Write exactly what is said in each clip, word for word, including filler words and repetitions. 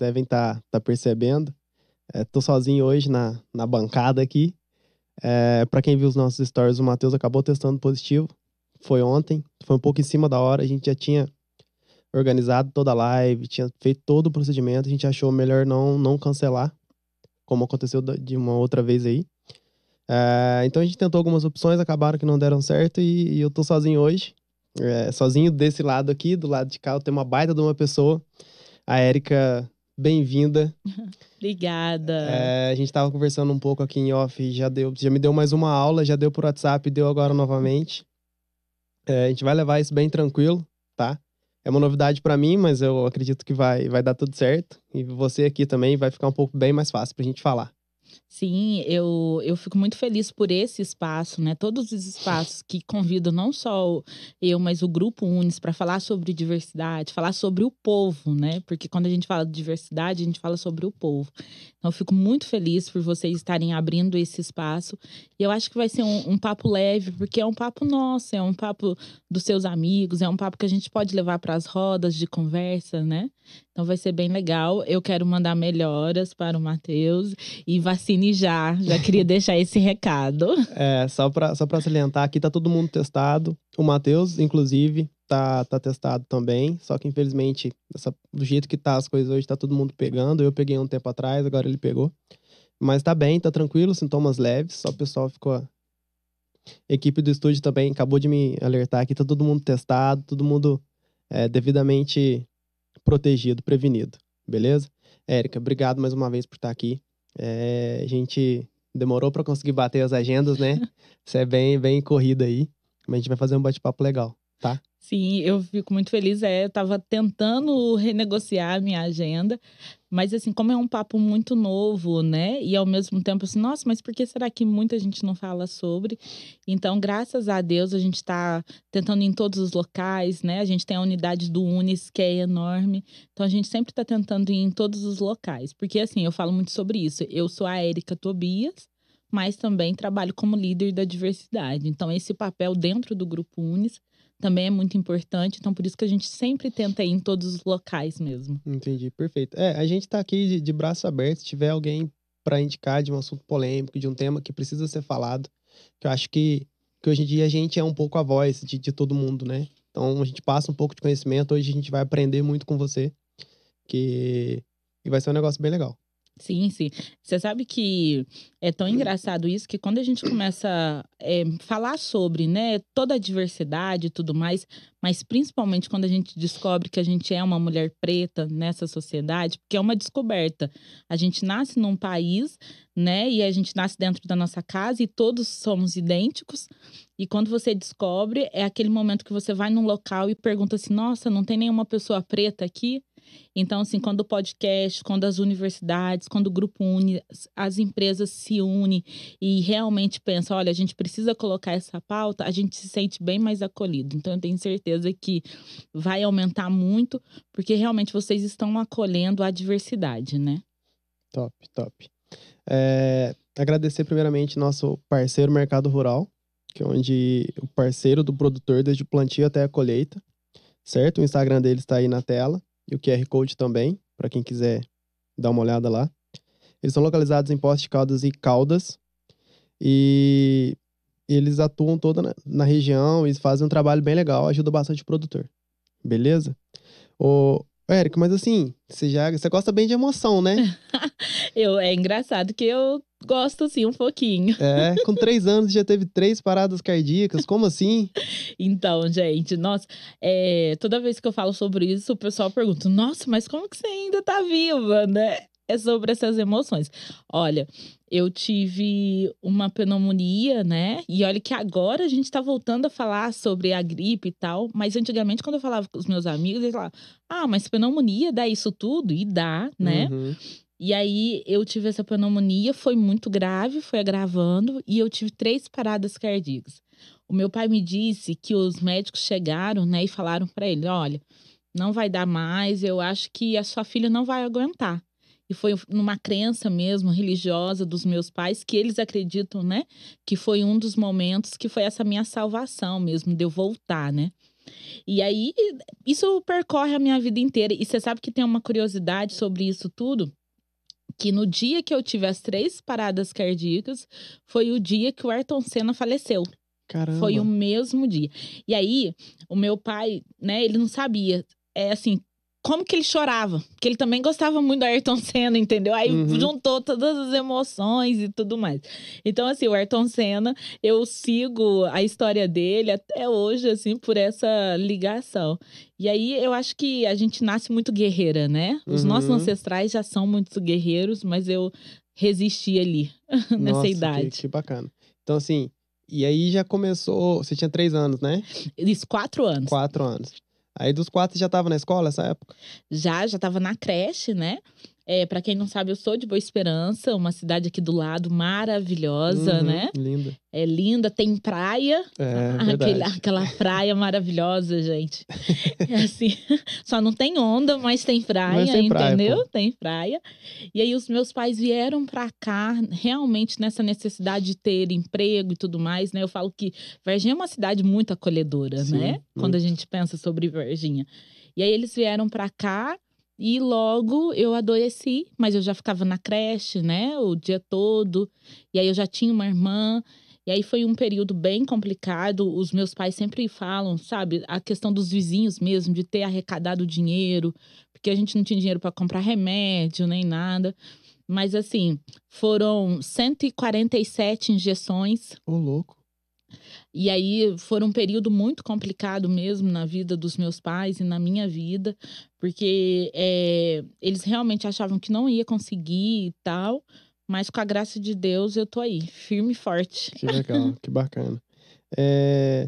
devem estar tá, tá percebendo. É, tô sozinho hoje na, na bancada aqui. É, para quem viu os nossos stories, o Matheus acabou testando positivo. Foi ontem, foi um pouco em cima da hora. A gente já tinha organizado toda a live, tinha feito todo o procedimento. A gente achou melhor não, não cancelar, como aconteceu de uma outra vez aí. É, então a gente tentou algumas opções, acabaram que não deram certo e, e eu tô sozinho hoje. É, sozinho desse lado aqui, do lado de cá, eu tenho uma baita de uma pessoa. A Érica, bem-vinda. Obrigada. É, a gente tava conversando um pouco aqui em off, já, deu, já me deu mais uma aula, já deu por WhatsApp, deu agora novamente. É, a gente vai levar isso bem tranquilo, tá? É uma novidade pra mim, mas eu acredito que vai, vai dar tudo certo. E você aqui também vai ficar um pouco bem mais fácil pra gente falar. Sim, eu, eu fico muito feliz por esse espaço, né? Todos os espaços que convidam não só eu, mas o Grupo Unis para falar sobre diversidade, falar sobre o povo, né? Porque quando a gente fala de diversidade, a gente fala sobre o povo. Então, eu fico muito feliz por vocês estarem abrindo esse espaço. E eu acho que vai ser um, um papo leve, porque é um papo nosso, é um papo dos seus amigos, é um papo que a gente pode levar para as rodas de conversa, né? Então, vai ser bem legal. Eu quero mandar melhoras para o Matheus e vacine já. Já queria deixar esse recado. É, só pra, só pra salientar, aqui tá todo mundo testado. O Matheus, inclusive, tá, tá testado também. Só que, infelizmente, essa, do jeito que tá as coisas hoje, tá todo mundo pegando. Eu peguei um tempo atrás, agora ele pegou. Mas tá bem, tá tranquilo, sintomas leves. Só o pessoal ficou... A equipe do estúdio também acabou de me alertar aqui. Tá todo mundo testado, todo mundo é, devidamente protegido, prevenido. Beleza? Érica, obrigado mais uma vez por estar aqui. É, a gente demorou para conseguir bater as agendas, né? Você é bem, bem corrida aí. Mas a gente vai fazer um bate-papo legal, tá? Sim, eu fico muito feliz. É, eu tava tentando renegociar a minha agenda, mas assim, como é um papo muito novo, né? E ao mesmo tempo assim, nossa, mas por que será que muita gente não fala sobre? Então, graças a Deus, a gente está tentando em todos os locais, né? A gente tem a unidade do Unis, que é enorme. Então, a gente sempre está tentando ir em todos os locais. Porque assim, eu falo muito sobre isso. Eu sou a Érica Tobias, mas também trabalho como líder da diversidade. Então, esse papel dentro do Grupo Unis também é muito importante, então por isso que a gente sempre tenta ir em todos os locais mesmo. Entendi, perfeito. É, a gente tá aqui de, de braços abertos, se tiver alguém para indicar de um assunto polêmico, de um tema que precisa ser falado, que eu acho que, que hoje em dia a gente é um pouco a voz de, de todo mundo, né? Então a gente passa um pouco de conhecimento, hoje a gente vai aprender muito com você, que, que vai ser um negócio bem legal. Sim, sim. Você sabe que é tão engraçado isso que quando a gente começa a é, falar sobre, né, toda a diversidade e tudo mais, mas principalmente quando a gente descobre que a gente é uma mulher preta nessa sociedade, porque é uma descoberta. A gente nasce num país, né, e a gente nasce dentro da nossa casa e todos somos idênticos. E quando você descobre, é aquele momento que você vai num local e pergunta assim: nossa, não tem nenhuma pessoa preta aqui? Então, assim, quando o podcast, quando as universidades, quando o grupo une, as empresas se unem e realmente pensam, olha, a gente precisa colocar essa pauta, a gente se sente bem mais acolhido. Então, eu tenho certeza que vai aumentar muito, porque realmente vocês estão acolhendo a diversidade, né? Top, top. É, agradecer primeiramente nosso parceiro Mercado Rural, que é onde o parceiro do produtor desde o plantio até a colheita, certo? O Instagram deles está aí na tela. E o Q R Code também, para quem quiser dar uma olhada lá. Eles são localizados em Poços de Caldas e Caldas. E eles atuam toda na, na região e fazem um trabalho bem legal, ajuda bastante o produtor. Beleza? Ô, Érico, mas assim, você já você gosta bem de emoção, né? eu, é engraçado que eu gosto, assim, um pouquinho. É, com três anos já teve três paradas cardíacas, como assim? Então, gente, nossa, é, toda vez que eu falo sobre isso, o pessoal pergunta: nossa, mas como que você ainda tá viva, né? É sobre essas emoções. Olha, eu tive uma pneumonia, né? E olha que agora a gente tá voltando a falar sobre a gripe e tal, mas antigamente, quando eu falava com os meus amigos, eles falavam: ah, mas pneumonia dá isso tudo? E dá, né? Uhum. E aí eu tive essa pneumonia, foi muito grave, foi agravando, e eu tive três paradas cardíacas. O meu pai me disse que os médicos chegaram, né, e falaram para ele: olha, não vai dar mais, eu acho que a sua filha não vai aguentar. E foi numa crença mesmo religiosa dos meus pais, que eles acreditam, né, que foi um dos momentos que foi essa minha salvação mesmo, de eu voltar, né? E aí, isso percorre a minha vida inteira. E você sabe que tem uma curiosidade sobre isso tudo? Que no dia que eu tive as três paradas cardíacas, foi o dia que o Ayrton Senna faleceu. Foi o Caramba. mesmo dia. E aí, o meu pai, né, ele não sabia, é assim, como que ele chorava. Porque ele também gostava muito do Ayrton Senna, entendeu? Aí Uhum. juntou todas as emoções e tudo mais. Então, assim, o Ayrton Senna, eu sigo a história dele até hoje, assim, por essa ligação. E aí, eu acho que a gente nasce muito guerreira, né? Os nossos Uhum. ancestrais já são muito guerreiros, mas eu resisti ali, nessa Nossa, que, idade. que bacana. Então, assim, e aí já começou. Você tinha três anos, né? Isso, quatro anos. Quatro anos. Aí dos quatro você já tava na escola nessa época? Já, já tava na creche, né? É, para quem não sabe, eu sou de Boa Esperança, uma cidade aqui do lado maravilhosa, Uhum, né? linda. É linda, tem praia. É, Aquele, verdade. aquela praia maravilhosa, gente. É assim, só não tem onda, mas tem praia, Mas tem praia, entendeu? pô. Tem praia. E aí os meus pais vieram pra cá realmente nessa necessidade de ter emprego e tudo mais, né? Eu falo que Varginha é uma cidade muito acolhedora, Sim, né? Quando a muito. gente pensa sobre Varginha. E aí eles vieram pra cá e logo eu adoeci, mas eu já ficava na creche, né? O dia todo. E aí eu já tinha uma irmã. E aí foi um período bem complicado. Os meus pais sempre falam, sabe, a questão dos vizinhos mesmo, de ter arrecadado dinheiro, porque a gente não tinha dinheiro para comprar remédio nem nada. Mas assim, foram cento e quarenta e sete injeções. Ô, louco. E aí foi um período muito complicado mesmo na vida dos meus pais e na minha vida, porque é, eles realmente achavam que não ia conseguir e tal. Mas com a graça de Deus, eu tô aí, firme e forte. Que legal, que bacana. É...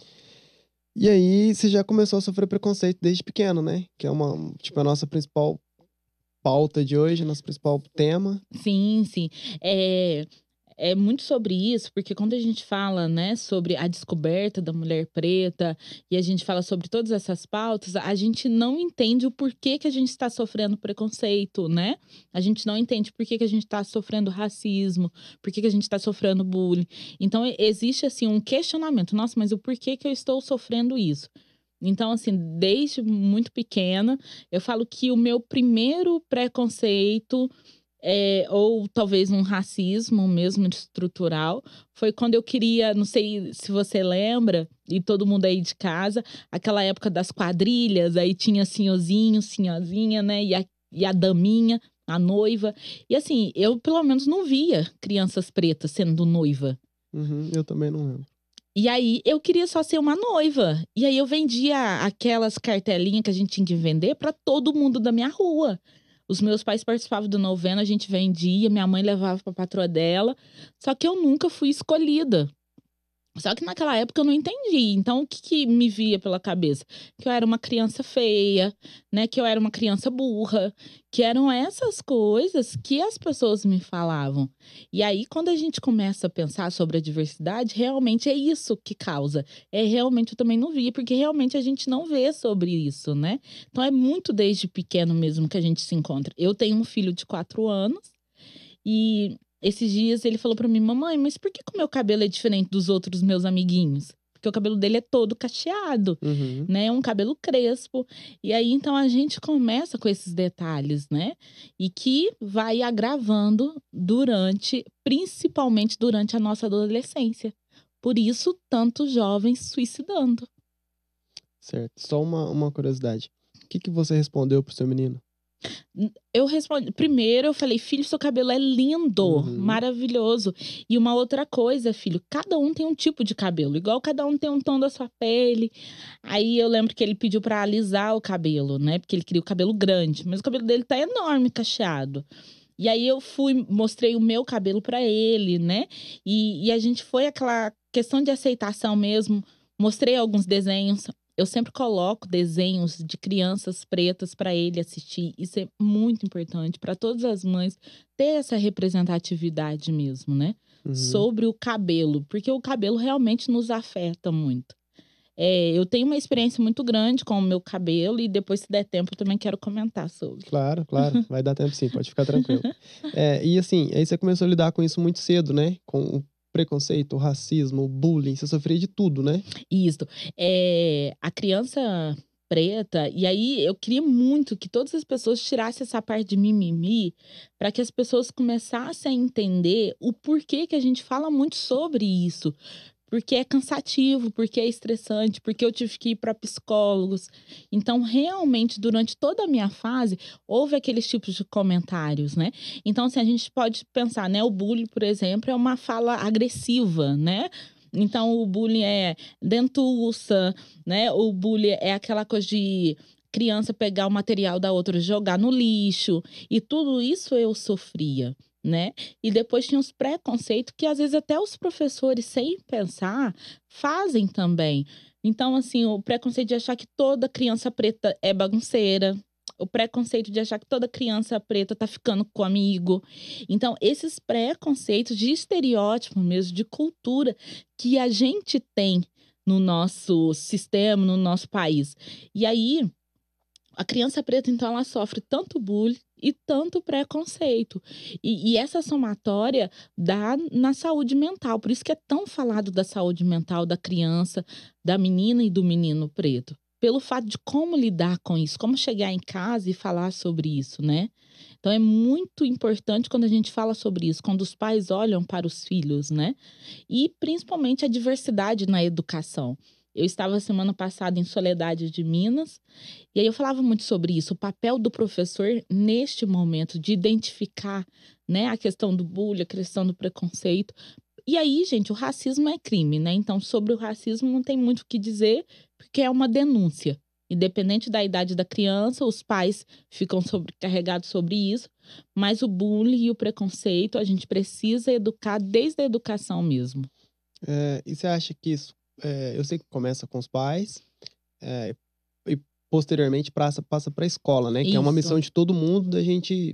E aí, você já começou a sofrer preconceito desde pequeno, né? Que é uma, tipo, a nossa principal pauta de hoje, nosso principal tema. Sim, sim. É, é muito sobre isso, porque quando a gente fala, né, sobre a descoberta da mulher preta e a gente fala sobre todas essas pautas, a gente não entende o porquê que a gente está sofrendo preconceito, né? A gente não entende por que que a gente está sofrendo racismo, por que que a gente está sofrendo bullying. Então, e- existe, assim, um questionamento. Nossa, mas o porquê que eu estou sofrendo isso? Então, assim, desde muito pequena, eu falo que o meu primeiro preconceito é, ou talvez um racismo mesmo estrutural, foi quando eu queria, não sei se você lembra, e todo mundo aí de casa, aquela época das quadrilhas, aí tinha senhorzinho, senhorzinha, né, e a, e a daminha, a noiva. E assim, eu pelo menos não via crianças pretas sendo noiva. Uhum, eu também não lembro. E aí eu queria só ser uma noiva. E aí eu vendia aquelas cartelinhas que a gente tinha que vender para todo mundo da minha rua. Os meus pais participavam do novena, a gente vendia, minha mãe levava para patroa dela. Só que eu nunca fui escolhida. Só que naquela época eu não entendi. Então, o que, que me via pela cabeça? Que eu era uma criança feia, né? Que eu era uma criança burra. Que eram essas coisas que as pessoas me falavam. E aí, quando a gente começa a pensar sobre a diversidade, realmente é isso que causa. É realmente eu também não via, porque realmente a gente não vê sobre isso, né? Então, é muito desde pequeno mesmo que a gente se encontra. Eu tenho um filho de quatro anos e esses dias ele falou pra mim, mamãe, mas por que que o meu cabelo é diferente dos outros meus amiguinhos? Porque o cabelo dele é todo cacheado, Uhum. né? É um cabelo crespo. E aí, então, a gente começa com esses detalhes, né? E que vai agravando durante, principalmente durante a nossa adolescência. Por isso, tantos jovens suicidando. Certo. Só uma, uma curiosidade. O que que você respondeu pro seu menino? Eu respondi. Primeiro, eu falei, filho, seu cabelo é lindo, Uhum. maravilhoso. E uma outra coisa, filho, cada um tem um tipo de cabelo, igual cada um tem um tom da sua pele. Aí eu lembro que ele pediu pra alisar o cabelo, né? Porque ele queria o cabelo grande, mas o cabelo dele tá enorme, cacheado. E aí eu fui, mostrei o meu cabelo pra ele, né? E, e a gente foi aquela questão de aceitação mesmo. Mostrei alguns desenhos. Eu sempre coloco desenhos de crianças pretas pra ele assistir. Isso é muito importante pra todas as mães ter essa representatividade mesmo, né? Uhum. Sobre o cabelo, porque o cabelo realmente nos afeta muito. É, eu tenho uma experiência muito grande com o meu cabelo e depois, se der tempo, eu também quero comentar sobre. Claro, claro. Vai dar tempo sim, pode ficar tranquilo. É, e assim, aí você começou a lidar com isso muito cedo, né? Com o preconceito, racismo, bullying, você sofria de tudo, né? Isso. É, a criança preta, e aí eu queria muito que todas as pessoas tirassem essa parte de mimimi, para que as pessoas começassem a entender o porquê que a gente fala muito sobre isso. Porque é cansativo, porque é estressante, porque eu tive que ir para psicólogos. Então, realmente, durante toda a minha fase, houve aqueles tipos de comentários, né? Então, assim, a gente pode pensar, né? O bullying, por exemplo, é uma fala agressiva, né? Então, o bullying é dentuça, né? O bullying é aquela coisa de criança pegar o material da outra e jogar no lixo. E tudo isso eu sofria, né? E depois tinha os preconceitos que às vezes até os professores, sem pensar, fazem também. Então, assim, o preconceito de achar que toda criança preta é bagunceira. O preconceito de achar que toda criança preta tá ficando com amigo. Então, esses preconceitos de estereótipo mesmo, de cultura, que a gente tem no nosso sistema, no nosso país. E aí, a criança preta, então, ela sofre tanto bullying e tanto preconceito. E, e essa somatória dá na saúde mental. Por isso que é tão falado da saúde mental da criança, da menina e do menino preto. Pelo fato de como lidar com isso, como chegar em casa e falar sobre isso, né? Então, é muito importante quando a gente fala sobre isso, quando os pais olham para os filhos, né? E, principalmente, a diversidade na educação. Eu estava semana passada em Soledade de Minas, e aí eu falava muito sobre isso, o papel do professor neste momento de identificar, né, a questão do bullying, a questão do preconceito. E aí, gente, o racismo é crime, né? Então, sobre o racismo não tem muito o que dizer, porque é uma denúncia. Independente da idade da criança, os pais ficam sobrecarregados sobre isso, mas o bullying e o preconceito a gente precisa educar desde a educação mesmo. É, e você acha que isso, é, eu sei que começa com os pais, é, e posteriormente passa, passa para a escola, né? Que é uma Isso. missão de todo mundo da gente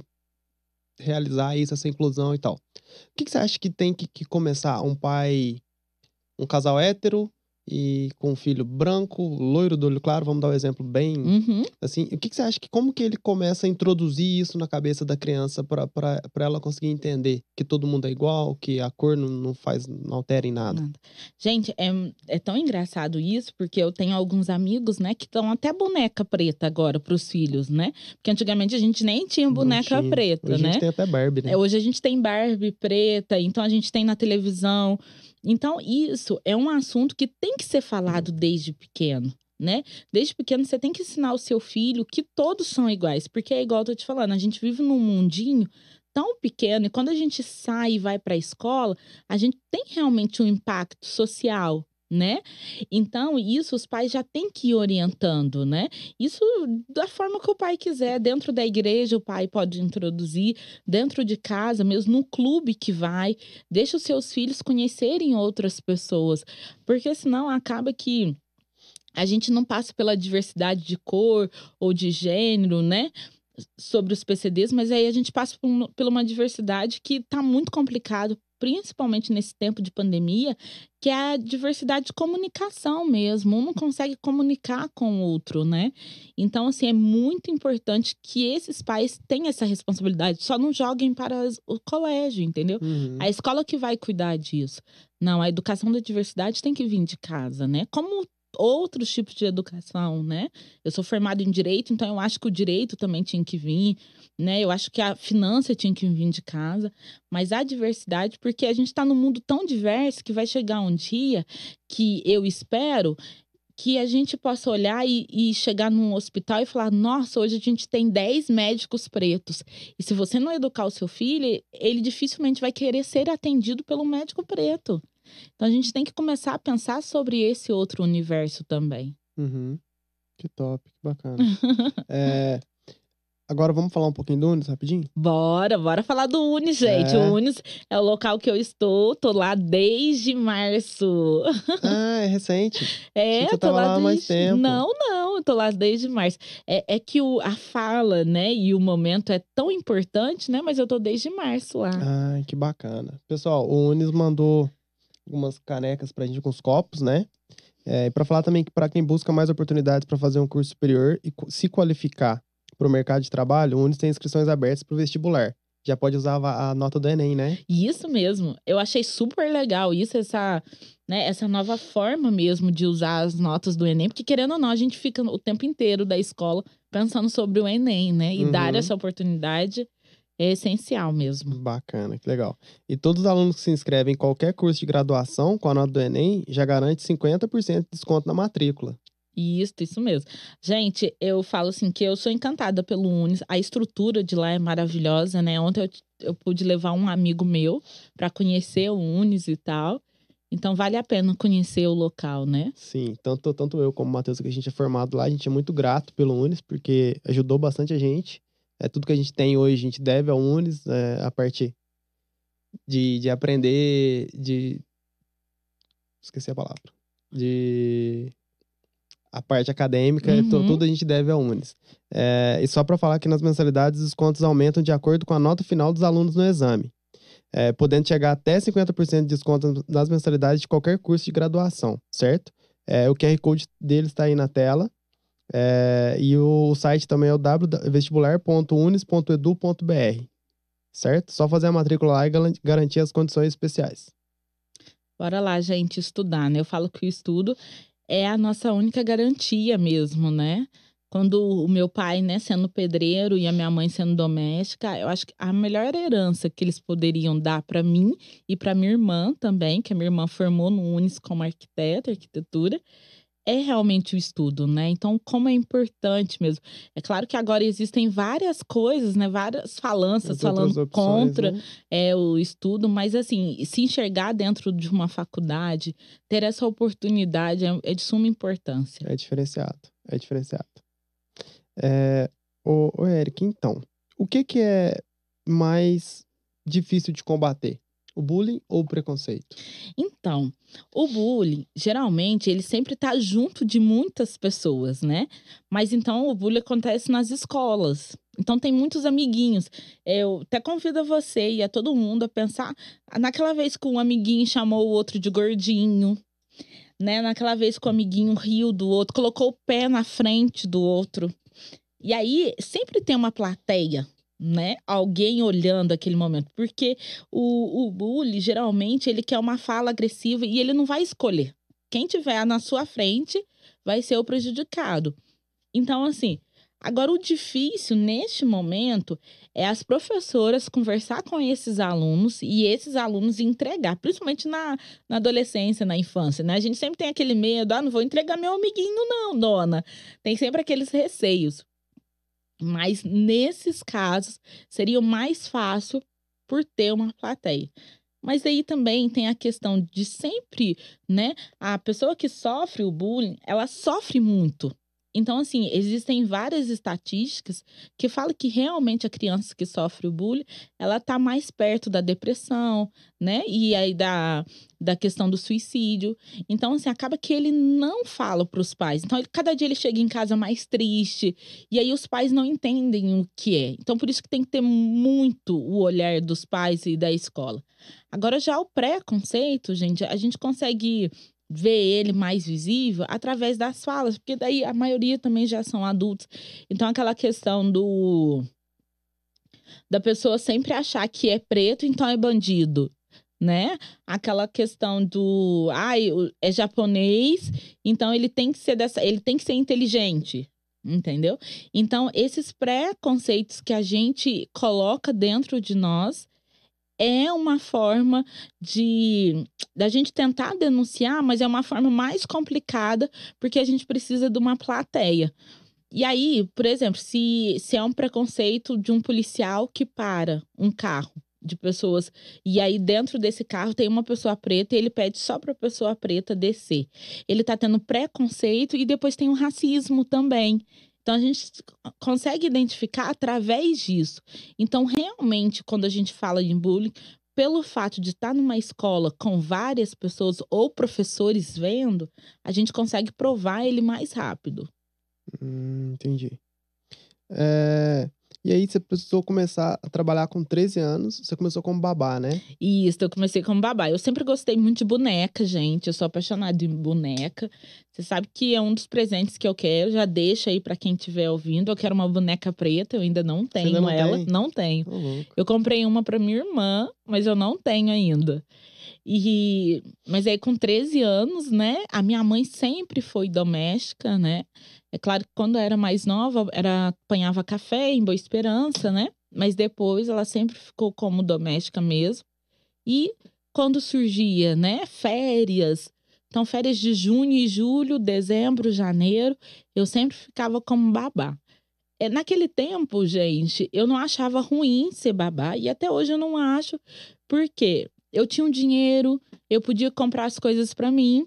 realizar isso, essa inclusão e tal. O que, que você acha que tem que, que começar? Um pai, um casal hétero e com um filho branco, loiro do olho claro, vamos dar um exemplo bem Uhum. assim. O que, que você acha que como que ele começa a introduzir isso na cabeça da criança para ela conseguir entender que todo mundo é igual, que a cor não, não faz, não altera em nada? Nada. Gente, é, é tão engraçado isso, porque eu tenho alguns amigos, né, que estão até boneca preta agora pros filhos, né? Porque antigamente a gente nem tinha Não boneca tinha. preta, Hoje a né? gente tem até Barbie, né? É, hoje a gente tem Barbie preta, então a gente tem na televisão. Então, isso é um assunto que tem que ser falado desde pequeno, né? Desde pequeno você tem que ensinar o seu filho que todos são iguais, porque é igual eu tô te falando, a gente vive num mundinho tão pequeno e quando a gente sai e vai para a escola, a gente tem realmente um impacto social, né? Então, isso os pais já têm que ir orientando, né? Isso da forma que o pai quiser. Dentro da igreja, o pai pode introduzir, dentro de casa, mesmo no clube que vai. Deixa os seus filhos conhecerem outras pessoas, porque senão acaba que a gente não passa pela diversidade de cor ou de gênero, né? Sobre os P C Ds, mas aí a gente passa por, um, por uma diversidade que está muito complicado, principalmente nesse tempo de pandemia, que é a diversidade de comunicação mesmo. Um não consegue comunicar com o outro, né? Então, assim, é muito importante que esses pais tenham essa responsabilidade. Só não joguem para as, o colégio, entendeu? Uhum. A escola que vai cuidar disso. Não, a educação da diversidade tem que vir de casa, né? Como outros tipos de educação, né? Eu sou formada em direito, então eu acho que o direito também tinha que vir, né? Eu acho que a finança tinha que vir de casa, mas a diversidade, porque a gente está num mundo tão diverso que vai chegar um dia que eu espero que a gente possa olhar e, e chegar num hospital e falar, nossa, hoje a gente tem dez médicos pretos. E se você não educar o seu filho, ele dificilmente vai querer ser atendido pelo médico preto. Então, a gente tem que começar a pensar sobre esse outro universo também. Uhum. Que top, que bacana. é, agora vamos falar um pouquinho do Unis, rapidinho? Bora, bora falar do Unis, gente. É. O Unis é o local que eu estou. Tô lá desde março. Ah, é recente. É, Achei que você tô tava lá lá há desde... mais tempo. Não, não, eu tô lá desde março. É, é que o, a fala, né, e o momento é tão importante, né? Mas eu tô desde março lá. Ai, que bacana. Pessoal, o Unis mandou algumas canecas pra gente com os copos, né? É, e para falar também que para quem busca mais oportunidades para fazer um curso superior e se qualificar para o mercado de trabalho, o Unis tem inscrições abertas para o vestibular. já pode usar a, a nota do Enem, né? Isso mesmo. Eu achei super legal isso, essa, né, essa nova forma mesmo de usar as notas do Enem, porque querendo ou não, a gente fica o tempo inteiro da escola pensando sobre o Enem, né? E dar Uhum. essa oportunidade é essencial mesmo. Bacana, que legal. E todos os alunos que se inscrevem em qualquer curso de graduação com a nota do Enem já garante cinquenta por cento de desconto na matrícula. Isso, isso mesmo. Gente, eu falo assim que eu sou encantada pelo Unis. A estrutura de lá é maravilhosa, né? Ontem eu, eu pude levar um amigo meu para conhecer o Unis e tal. Então vale a pena conhecer o local, né? Sim, tanto, tanto eu como o Matheus, que a gente é formado lá, a gente é muito grato pelo Unis, porque ajudou bastante a gente. É, tudo que a gente tem hoje, a gente deve ao Unis, é, a parte de, de aprender, de... Esqueci a palavra. De... A parte acadêmica, é to- Uhum. tudo a gente deve ao Unis. É, e só para falar que nas mensalidades, os descontos aumentam de acordo com a nota final dos alunos no exame. É, podendo chegar até cinquenta por cento de desconto nas mensalidades de qualquer curso de graduação, certo? É, o Q R Code deles está aí na tela. É, e o site também é o w w w ponto vestibular ponto unis ponto edu ponto b r, certo? Só fazer a matrícula lá e garan- garantir as condições especiais. Bora lá, gente, estudar, né? Eu falo que o estudo é a nossa única garantia mesmo, né? Quando o meu pai, né, sendo pedreiro e a minha mãe sendo doméstica, eu acho que a melhor herança que eles poderiam dar para mim e para minha irmã também, que a minha irmã formou no Unis como arquiteta, arquitetura, é realmente o estudo, né? Então, como é importante mesmo. É claro que agora existem várias coisas, né? Várias falanças As outras falando opções, contra né? é, o estudo, mas assim, se enxergar dentro de uma faculdade, ter essa oportunidade é, é de suma importância. É diferenciado. É diferenciado. É, ô, ô, Eric, então, o que que é mais difícil de combater? O bullying ou o preconceito? Então, o bullying, geralmente, ele sempre tá junto de muitas pessoas, né? Mas então o bullying acontece nas escolas. Então tem muitos amiguinhos. Eu até convido você e a todo mundo a pensar naquela vez que um amiguinho chamou o outro de gordinho, né? Naquela vez que o amiguinho riu do outro, colocou o pé na frente do outro. E aí sempre tem uma plateia, né? Alguém olhando aquele momento, porque o, o bully geralmente ele quer uma fala agressiva e ele não vai escolher. Quem tiver na sua frente vai ser o prejudicado. Então, assim, agora o difícil neste momento é as professoras conversar com esses alunos e esses alunos entregar, principalmente na, na adolescência, na infância, né? A gente sempre tem aquele medo, ah, não vou entregar meu amiguinho, não, dona. Tem sempre aqueles receios. Mas nesses casos seria o mais fácil por ter uma plateia. Mas aí também tem a questão de sempre, né? A pessoa que sofre o bullying, ela sofre muito. Então, assim, existem várias estatísticas que falam que realmente a criança que sofre o bullying, ela tá mais perto da depressão, né? E aí da, da questão do suicídio. Então, assim, acaba que ele não fala para os pais. Então, ele- cada dia ele chega em casa mais triste. E aí os pais não entendem o que é. Então, por isso que tem que ter muito o olhar dos pais e da escola. Agora, já o preconceito, gente, a gente consegue ver ele mais visível através das falas, porque daí a maioria também já são adultos. Então, aquela questão do da pessoa sempre achar que é preto, então é bandido, né? Aquela questão do, ai, o- é japonês, então ele tem que ser dessa, ele tem que ser inteligente. Entendeu? Então, esses preconceitos que a gente coloca dentro de nós é uma forma de da gente tentar denunciar, mas é uma forma mais complicada, porque a gente precisa de uma plateia. E aí, por exemplo, se, se é um preconceito de um policial que para um carro de pessoas, e aí dentro desse carro tem uma pessoa preta e ele pede só para a pessoa preta descer. Ele tá tendo preconceito e depois tem o racismo também. Então a gente consegue identificar através disso. Então, realmente, quando a gente fala de bullying, pelo fato de estar numa escola com várias pessoas ou professores vendo, a gente consegue provar ele mais rápido. Hum, entendi. É, E aí você precisou começar a trabalhar com treze anos, você começou como babá, né? Isso, eu comecei como babá. Eu sempre gostei muito de boneca, gente. Eu sou apaixonada em boneca. Você sabe que é um dos presentes que eu quero. Já deixa aí pra quem estiver ouvindo. Eu quero uma boneca preta. Eu ainda não Você ainda tenho não ela. tem? Não tenho. Ô, louco. Eu comprei uma pra minha irmã, mas eu não tenho ainda. E, mas aí com treze anos, né? A minha mãe sempre foi doméstica, né? É claro que quando eu era mais nova, era apanhava café em Boa Esperança, né? Mas depois ela sempre ficou como doméstica mesmo. E quando surgia, né, férias, então férias de junho e julho, dezembro, janeiro, eu sempre ficava como babá. É, naquele tempo, gente, eu não achava ruim ser babá e até hoje eu não acho, porque eu tinha um dinheiro, eu podia comprar as coisas para mim,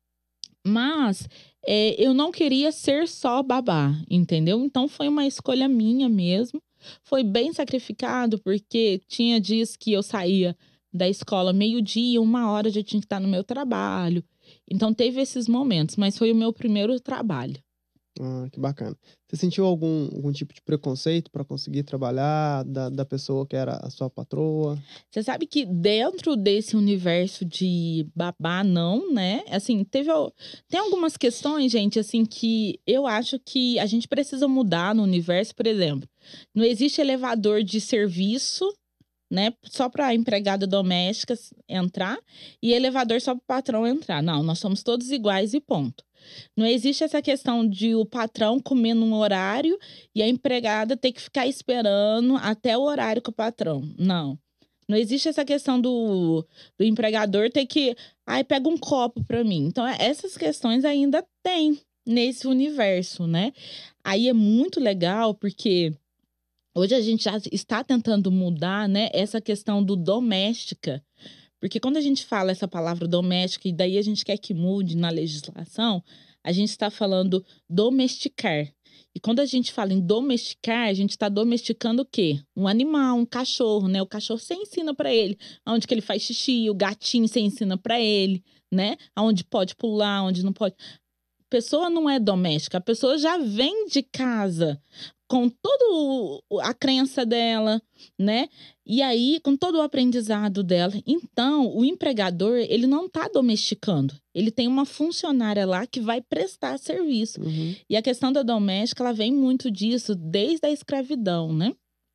mas é, eu não queria ser só babá, entendeu? Então foi uma escolha minha mesmo. Foi bem sacrificado, porque tinha dias que eu saía da escola meio-dia, uma hora já tinha que estar no meu trabalho. Então teve esses momentos, mas foi o meu primeiro trabalho. Ah, que bacana. Você sentiu algum, algum tipo de preconceito para conseguir trabalhar da, da pessoa que era a sua patroa? Você sabe que dentro desse universo de babá, não, né? Assim, teve. al- Tem algumas questões, gente, assim, que eu acho que a gente precisa mudar no universo, por exemplo. Não existe elevador de serviço, né? Só para empregada doméstica entrar e elevador só para o patrão entrar. Não, nós somos todos iguais e ponto. Não existe essa questão de o patrão comer num horário e a empregada ter que ficar esperando até o horário com o patrão. Não. Não existe essa questão do, do empregador ter que, ai, pega um copo para mim. Então, é- essas questões ainda tem nesse universo, né? Aí é muito legal porque hoje a gente já está tentando mudar, né, essa questão do doméstica. Porque quando a gente fala essa palavra doméstica e daí a gente quer que mude na legislação, a gente está falando domesticar. E quando a gente fala em domesticar, a gente está domesticando o quê? Um animal, um cachorro, né? O cachorro você ensina para ele aonde que ele faz xixi, o gatinho você ensina para ele, né? Aonde pode pular, onde não pode. Pessoa não é doméstica, a pessoa já vem de casa com toda a crença dela, né? E aí, com todo o aprendizado dela. Então, o empregador, ele não está domesticando. Ele tem uma funcionária lá que vai prestar serviço. Uhum. E a questão da doméstica, ela vem muito disso desde a escravidão, né?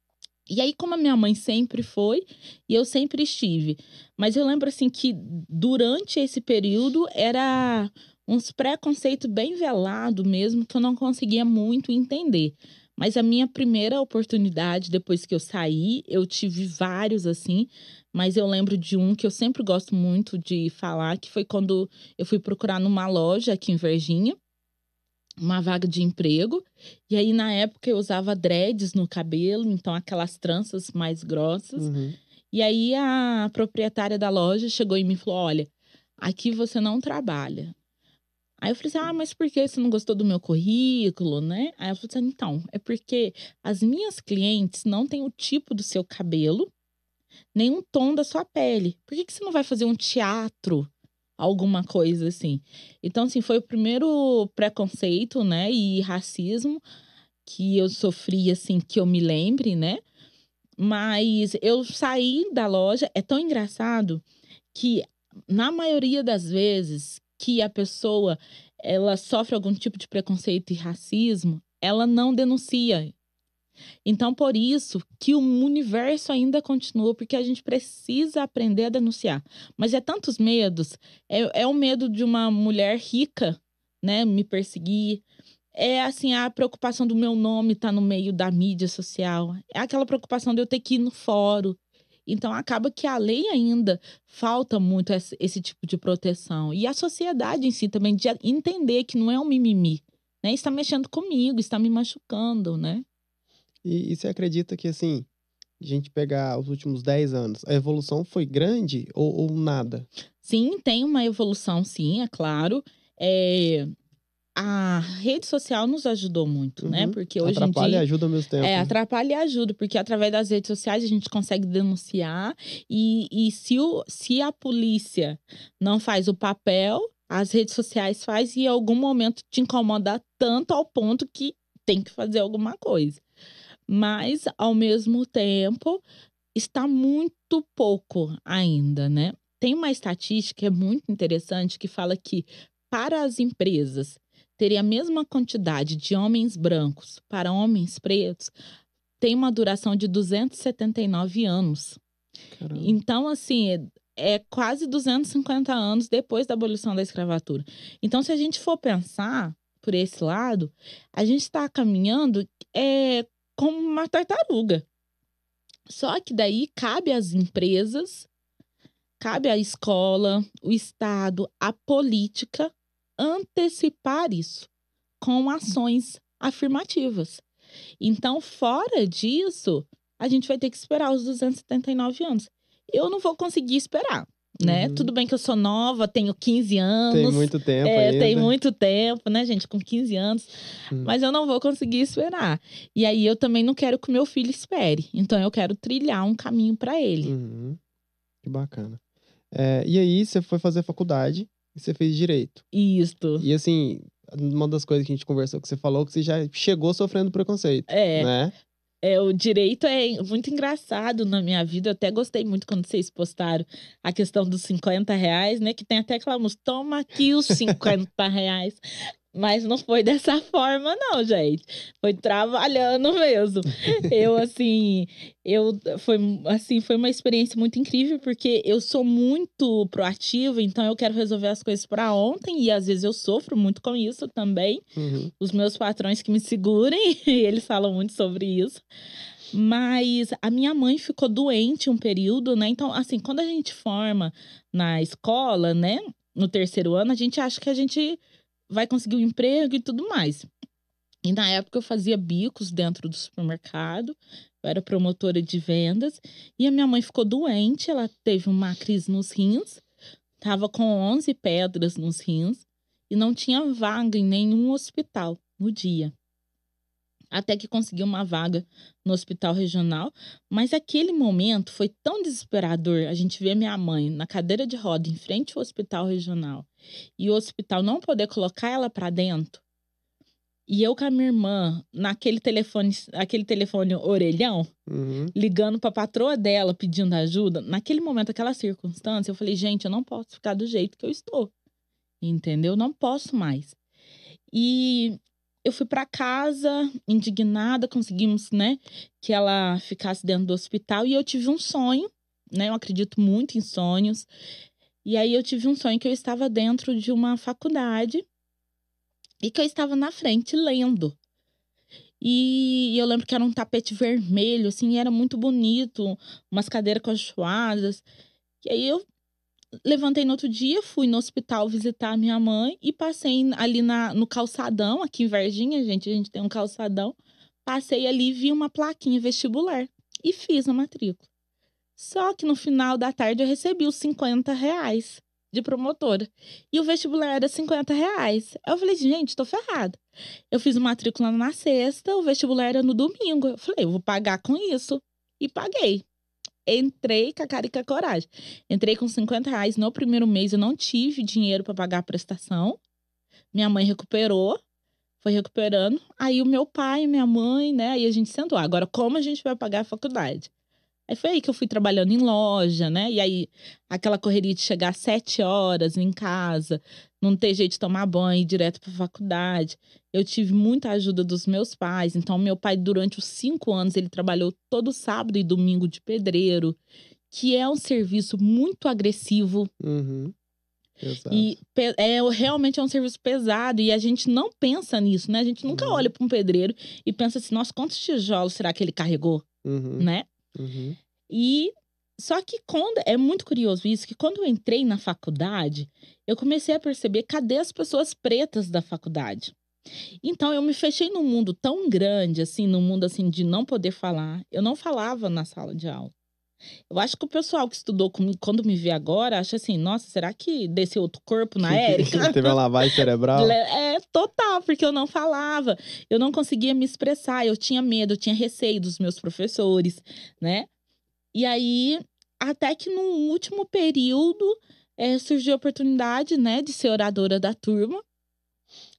E aí, como a minha mãe sempre foi, e eu sempre estive. Mas eu lembro, assim, que durante esse período era uns preconceitos bem velado mesmo, que eu não conseguia muito entender. Mas a minha primeira oportunidade, depois que eu saí, eu tive vários, assim. Mas eu lembro de um que eu sempre gosto muito de falar, que foi quando eu fui procurar numa loja aqui em Varginha uma vaga de emprego. E aí, na época, eu usava dreads no cabelo, então aquelas tranças mais grossas. Uhum. E aí, a proprietária da loja chegou em mim e falou: Olha, aqui você não trabalha. Aí eu falei assim: Ah, mas por que você não gostou do meu currículo, né? Aí ela falou assim: Então, é porque as minhas clientes não têm o tipo do seu cabelo, nem um tom da sua pele. Por que que você não vai fazer um teatro? Alguma coisa assim. Então, assim, foi o primeiro preconceito, né, e racismo que eu sofri, assim, que eu me lembre, né? Mas eu saí da loja, é tão engraçado que na maioria das vezes que a pessoa ela sofre algum tipo de preconceito e racismo, ela não denuncia. Então, por isso que o universo ainda continua, porque a gente precisa aprender a denunciar. Mas é tantos medos. É, é o medo de uma mulher rica, né, me perseguir. É assim, a preocupação do meu nome estar no meio da mídia social. É aquela preocupação de eu ter que ir no fórum. Então, acaba que a lei ainda falta muito esse, esse tipo de proteção. E a sociedade em si também, de entender que não é um mimimi. Né? Está mexendo comigo, está me machucando, né? E, e você acredita que, assim, a gente pegar os últimos dez anos, a evolução foi grande ou, ou nada? Sim, tem uma evolução, sim, é claro. É, a rede social nos ajudou muito, né? Uhum. Porque hoje em Atrapalha e dia ajuda ao mesmo tempo, é, né? atrapalha e ajuda, porque através das redes sociais a gente consegue denunciar e, e se, o, se a polícia não faz o papel, as redes sociais faz e em algum momento te incomoda tanto ao ponto que tem que fazer alguma coisa. Mas, ao mesmo tempo, está muito pouco ainda, né? Tem uma estatística que é muito interessante que fala que, para as empresas terem a mesma quantidade de homens brancos para homens pretos, tem uma duração de duzentos e setenta e nove anos. Caramba. Então, assim, é, é quase duzentos e cinquenta anos depois da abolição da escravatura. Então, se a gente for pensar por esse lado, a gente está caminhando é, como uma tartaruga. Só que daí cabe às empresas, cabe à escola, o Estado, a política antecipar isso com ações afirmativas. Então, fora disso, a gente vai ter que esperar os duzentos e setenta e nove anos. Eu não vou conseguir esperar, né? Uhum. Tudo bem que eu sou nova, tenho quinze anos. Tem muito tempo é, ainda. Tem muito tempo, né, gente? Com quinze anos. Hum. Mas eu não vou conseguir esperar. E aí, eu também não quero que o meu filho espere. Então, eu quero trilhar um caminho para ele. Uhum. Que bacana. É, e aí, você foi fazer faculdade e você fez direito. Isto. E assim, uma das coisas que a gente conversou, que você falou, que você já chegou sofrendo preconceito. É. Né? É, o direito é muito engraçado na minha vida. Eu até gostei muito quando vocês postaram a questão dos cinquenta reais, né? Que tem até aquela música, toma aqui os cinquenta reais. Mas não foi dessa forma, não, gente. Foi trabalhando mesmo. Eu, assim, eu foi assim, foi uma experiência muito incrível, porque eu sou muito proativa, então eu quero resolver as coisas para ontem, e às vezes eu sofro muito com isso também. Uhum. Os meus patrões que me segurem, eles falam muito sobre isso. Mas a minha mãe ficou doente um período, né? Então, assim, quando a gente forma na escola, né? No terceiro ano, a gente acha que a gente vai conseguir um emprego e tudo mais. E na época eu fazia bicos dentro do supermercado, eu era promotora de vendas, e a minha mãe ficou doente, ela teve uma crise nos rins, tava com onze pedras nos rins, e não tinha vaga em nenhum hospital no dia. Até que consegui uma vaga no hospital regional, mas aquele momento foi tão desesperador. A gente vê minha mãe na cadeira de roda em frente ao hospital regional e o hospital não poder colocar ela para dentro. E eu com a minha irmã naquele telefone, aquele telefone orelhão, Uhum. ligando para a patroa dela pedindo ajuda. Naquele momento, aquela circunstância, eu falei, gente, eu não posso ficar do jeito que eu estou. Entendeu? Não posso mais. E eu fui para casa indignada, conseguimos, né, que ela ficasse dentro do hospital, e eu tive um sonho, né, eu acredito muito em sonhos, e aí eu tive um sonho que eu estava dentro de uma faculdade e que eu estava na frente lendo. E eu lembro que era um tapete vermelho, assim, e era muito bonito, umas cadeiras acolchoadas. E aí eu levantei no outro dia, fui no hospital visitar a minha mãe e passei ali na, no calçadão, aqui em Varginha, gente, a gente tem um calçadão. Passei ali e vi uma plaquinha vestibular e fiz a matrícula. Só que no final da tarde eu recebi os cinquenta reais de promotora. E o vestibular era cinquenta reais. Eu falei, gente, tô ferrada. Eu fiz a matrícula na sexta, o vestibular era no domingo. Eu falei, eu vou pagar com isso. E paguei. Entrei com a cara e com a coragem. Entrei com cinquenta reais no primeiro mês. Eu não tive dinheiro para pagar a prestação. Minha mãe recuperou. Foi recuperando. Aí o meu pai e minha mãe, né? Aí a gente sentou. Agora, como a gente vai pagar a faculdade? Aí foi aí que eu fui trabalhando em loja, né? E aí, aquela correria de chegar às sete horas em casa, não ter jeito de tomar banho, ir direto para a faculdade. Eu tive muita ajuda dos meus pais. Então, meu pai, durante os cinco anos, ele trabalhou todo sábado e domingo de pedreiro, que é um serviço muito agressivo. Uhum. Exato. E é, realmente é um serviço pesado, e a gente não pensa nisso, né? A gente nunca Uhum. olha para um pedreiro e pensa assim, nossa, quantos tijolos será que ele carregou, Uhum. né? Uhum. E só que quando é muito curioso isso, que quando eu entrei na faculdade, eu comecei a perceber cadê as pessoas pretas da faculdade. Então eu me fechei num mundo tão grande, assim, num mundo assim de não poder falar. Eu não falava na sala de aula. Eu acho que o pessoal que estudou comigo, quando me vê agora, acha assim, nossa, será que desceu outro corpo na Érica? Teve uma lavagem cerebral? É, total, porque eu não falava, eu não conseguia me expressar, eu tinha medo, eu tinha receio dos meus professores, né? E aí, até que no último período, é, surgiu a oportunidade, né, de ser oradora da turma.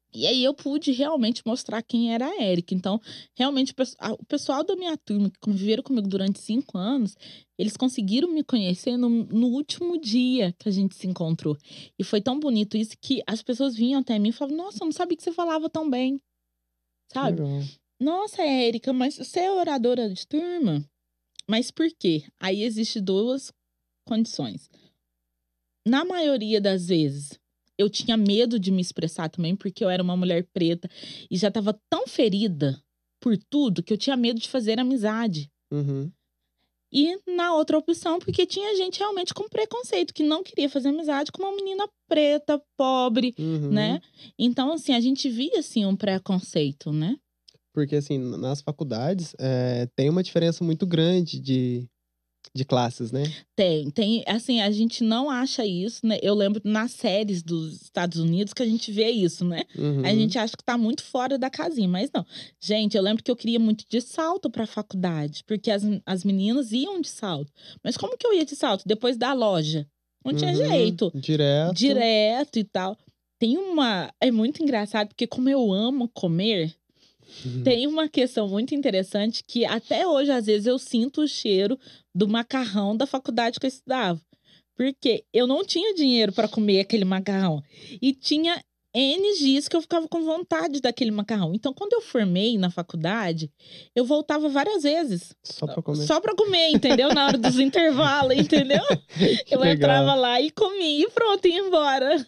E aí eu pude realmente mostrar quem era a Érica. Então, realmente, o pessoal da minha turma, que conviveram comigo durante cinco anos, eles conseguiram me conhecer no, no último dia que a gente se encontrou. E foi tão bonito isso que as pessoas vinham até mim e falavam, nossa, eu não sabia que você falava tão bem. Sabe? Legal. Nossa, Érica, mas você é oradora de turma? Mas por quê? Aí existem duas condições. Na maioria das vezes, eu tinha medo de me expressar também, porque eu era uma mulher preta e já estava tão ferida por tudo que eu tinha medo de fazer amizade. Uhum. E na outra opção, porque tinha gente realmente com preconceito, que não queria fazer amizade com uma menina preta, pobre, Uhum. né? Então, assim, a gente via, assim, um preconceito, né? Porque, assim, nas faculdades, é, tem uma diferença muito grande de, de classes, né? Tem, tem, assim, a gente não acha isso, né? Eu lembro nas séries dos Estados Unidos que a gente vê isso, né? Uhum. A gente acha que tá muito fora da casinha, mas não. Gente, eu lembro que eu queria muito de salto pra faculdade, porque as, as meninas iam de salto. Mas como que eu ia de salto? Depois da loja. Não tinha Uhum. jeito. Direto. Direto e tal. Tem uma... É muito engraçado, porque como eu amo comer... Uhum. Tem uma questão muito interessante que até hoje, às vezes, eu sinto o cheiro do macarrão da faculdade que eu estudava. Porque eu não tinha dinheiro para comer aquele macarrão. E tinha N dias que eu ficava com vontade daquele macarrão. Então, quando eu formei na faculdade, eu voltava várias vezes. Só pra comer. Só pra comer, entendeu? Na hora dos intervalos, entendeu? Eu legal. entrava lá e comia e pronto, ia embora.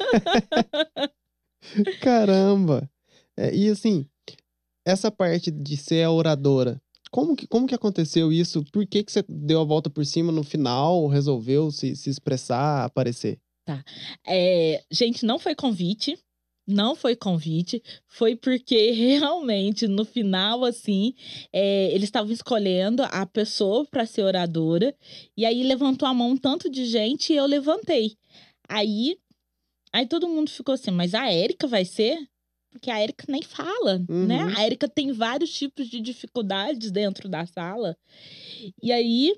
Caramba! É, e assim... Essa parte de ser a oradora, como que, como que aconteceu isso? Por que que você deu a volta por cima no final, resolveu se, se expressar, aparecer? Tá. É, gente, não foi convite. Não foi convite. Foi porque realmente, no final, assim, é, eles estavam escolhendo a pessoa para ser oradora. E aí levantou a mão um tanto de gente e eu levantei. Aí, aí todo mundo ficou assim, mas a Érica vai ser? Porque a Érica nem fala, Uhum. né? A Érica tem vários tipos de dificuldades dentro da sala. E aí...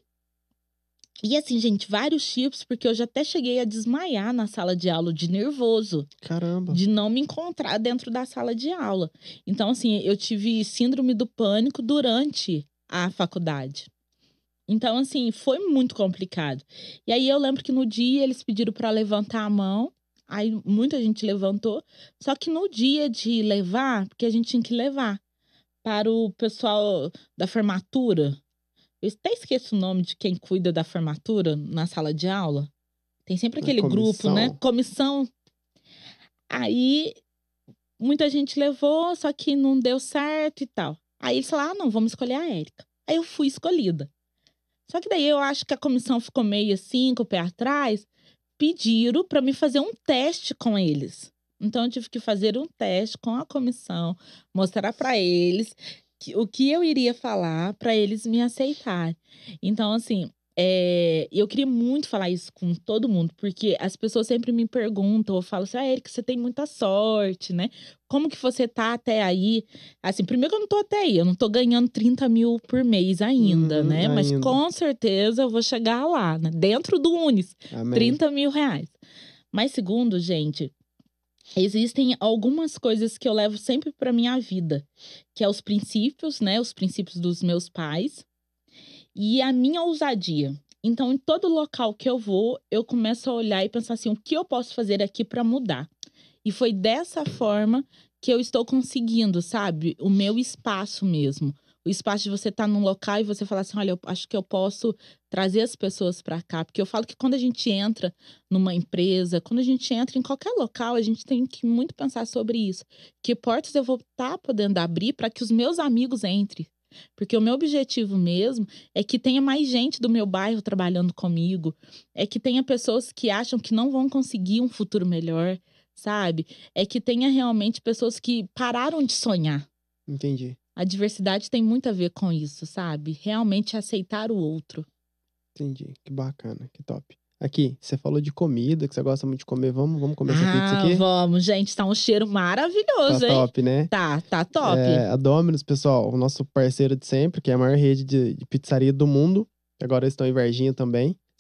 E assim, gente, vários tipos, porque eu já até cheguei a desmaiar na sala de aula de nervoso. Caramba! De não me encontrar dentro da sala de aula. Então, assim, eu tive síndrome do pânico durante a faculdade. Então, assim, foi muito complicado. E aí eu lembro que no dia eles pediram para levantar a mão. Aí muita gente levantou. Só que no dia de levar, porque a gente tinha que levar para o pessoal da formatura. Eu até esqueço o nome de quem cuida da formatura na sala de aula. Tem sempre aquele grupo, né? Comissão. Aí muita gente levou, só que não deu certo e tal. Aí eles falaram, ah, não, vamos escolher a Érica. Aí eu fui escolhida. Só que daí eu acho que a comissão ficou meio assim, com o pé atrás. Pediram para me fazer um teste com eles. Então eu tive que fazer um teste com a comissão, mostrar para eles que, o que eu iria falar para eles me aceitarem. Então, assim, é, eu queria muito falar isso com todo mundo, porque as pessoas sempre me perguntam, eu falo assim, ah, Érica, você tem muita sorte, né? Como que você tá até aí? Assim, primeiro que eu não tô até aí, eu não tô ganhando trinta mil por mês ainda, Uhum, né? Mas ainda. com certeza eu vou chegar lá, né? Dentro do Unis, Amém. trinta mil reais. Mas segundo, gente, existem algumas coisas que eu levo sempre pra minha vida, que é os princípios, né? Os princípios dos meus pais e a minha ousadia. Então, em todo local que eu vou, eu começo a olhar e pensar assim, o que eu posso fazer aqui para mudar? E foi dessa forma que eu estou conseguindo, sabe? O meu espaço mesmo. O espaço de você estar num local e você falar assim, olha, eu acho que eu posso trazer as pessoas para cá. Porque eu falo que quando a gente entra numa empresa, quando a gente entra em qualquer local, a gente tem que muito pensar sobre isso. Que portas eu vou estar podendo abrir para que os meus amigos entrem. Porque o meu objetivo mesmo é que tenha mais gente do meu bairro trabalhando comigo. É que tenha pessoas que acham que não vão conseguir um futuro melhor, sabe? É que tenha realmente pessoas que pararam de sonhar. Entendi. A diversidade tem muito a ver com isso, sabe? Realmente aceitar o outro. Entendi. Que bacana, que top. Aqui, você falou de comida, que você gosta muito de comer. Vamos, vamos comer essa pizza Ah, aqui? vamos, gente. Tá um cheiro maravilhoso, Tá hein? top, né? Tá, tá top. É, a Domino's, pessoal, o nosso parceiro de sempre, que é a maior rede de, de pizzaria do mundo. Agora eles estão em Varginha também.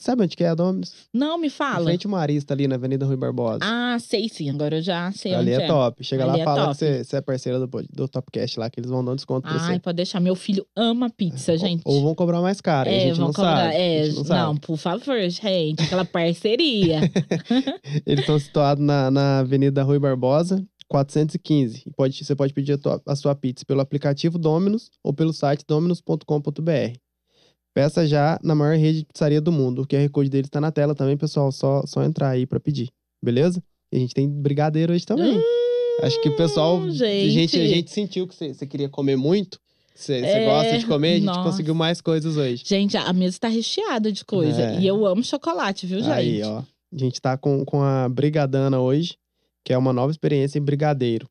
Sabe onde que é a Dominus? Não, me Em fala. frente ao Marista, ali na Avenida Rui Barbosa. Ah, sei sim. Agora eu já sei Ali onde é é. top. Chega Ali lá é e fala top. que você, você é parceira do, pod- do Topcast lá, que eles vão dar um desconto pra Ai, você. pode deixar. Meu filho ama pizza, Ou, gente. ou vão cobrar mais caro, e a É, gente vão não cobrar. sabe. É, A gente não não, sabe. por favor, gente. Aquela parceria. Eles estão situados na, na Avenida Rui Barbosa, quatrocentos e quinze. E pode, você pode pedir a, tua- a sua pizza pelo aplicativo Dominus ou pelo site dominus ponto com ponto br. Peça já na maior rede de pizzaria do mundo. O Q R Code deles tá na tela também, pessoal. Só, só entrar aí pra pedir. Beleza? E a gente tem brigadeiro hoje também. Hum, Acho que o pessoal. A gente, gente. a gente sentiu que você você queria comer muito. Você você É, gosta de comer, a gente nossa. conseguiu mais coisas hoje. Gente, a mesa tá recheada de coisa. É. E eu amo chocolate, viu, gente? Aí, ó. A gente tá com, com a Brigadana hoje, que é uma nova experiência em brigadeiro.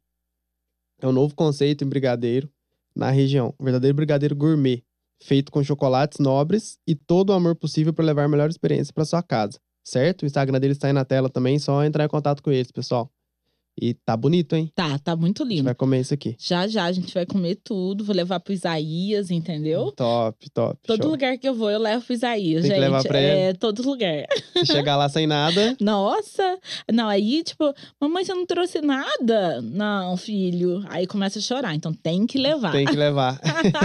É um novo conceito em brigadeiro na região. Um verdadeiro brigadeiro gourmet, feito com chocolates nobres e todo o amor possível para levar a melhor experiência para sua casa. Certo? O Instagram deles tá aí na tela também, só entrar em contato com eles, pessoal. E tá bonito, hein? Tá, tá muito A gente lindo. vai comer isso aqui. Já já a gente vai comer tudo. Vou levar pro Isaías, entendeu? Top, top. Todo show. lugar que eu vou, eu levo pro Isaías, Tem que gente. levar pra é, todo lugar. Se chegar lá sem nada, Nossa! Não, aí, tipo, mamãe, você não trouxe nada? Não, filho. Aí começa a chorar. Então tem que levar. tem que levar.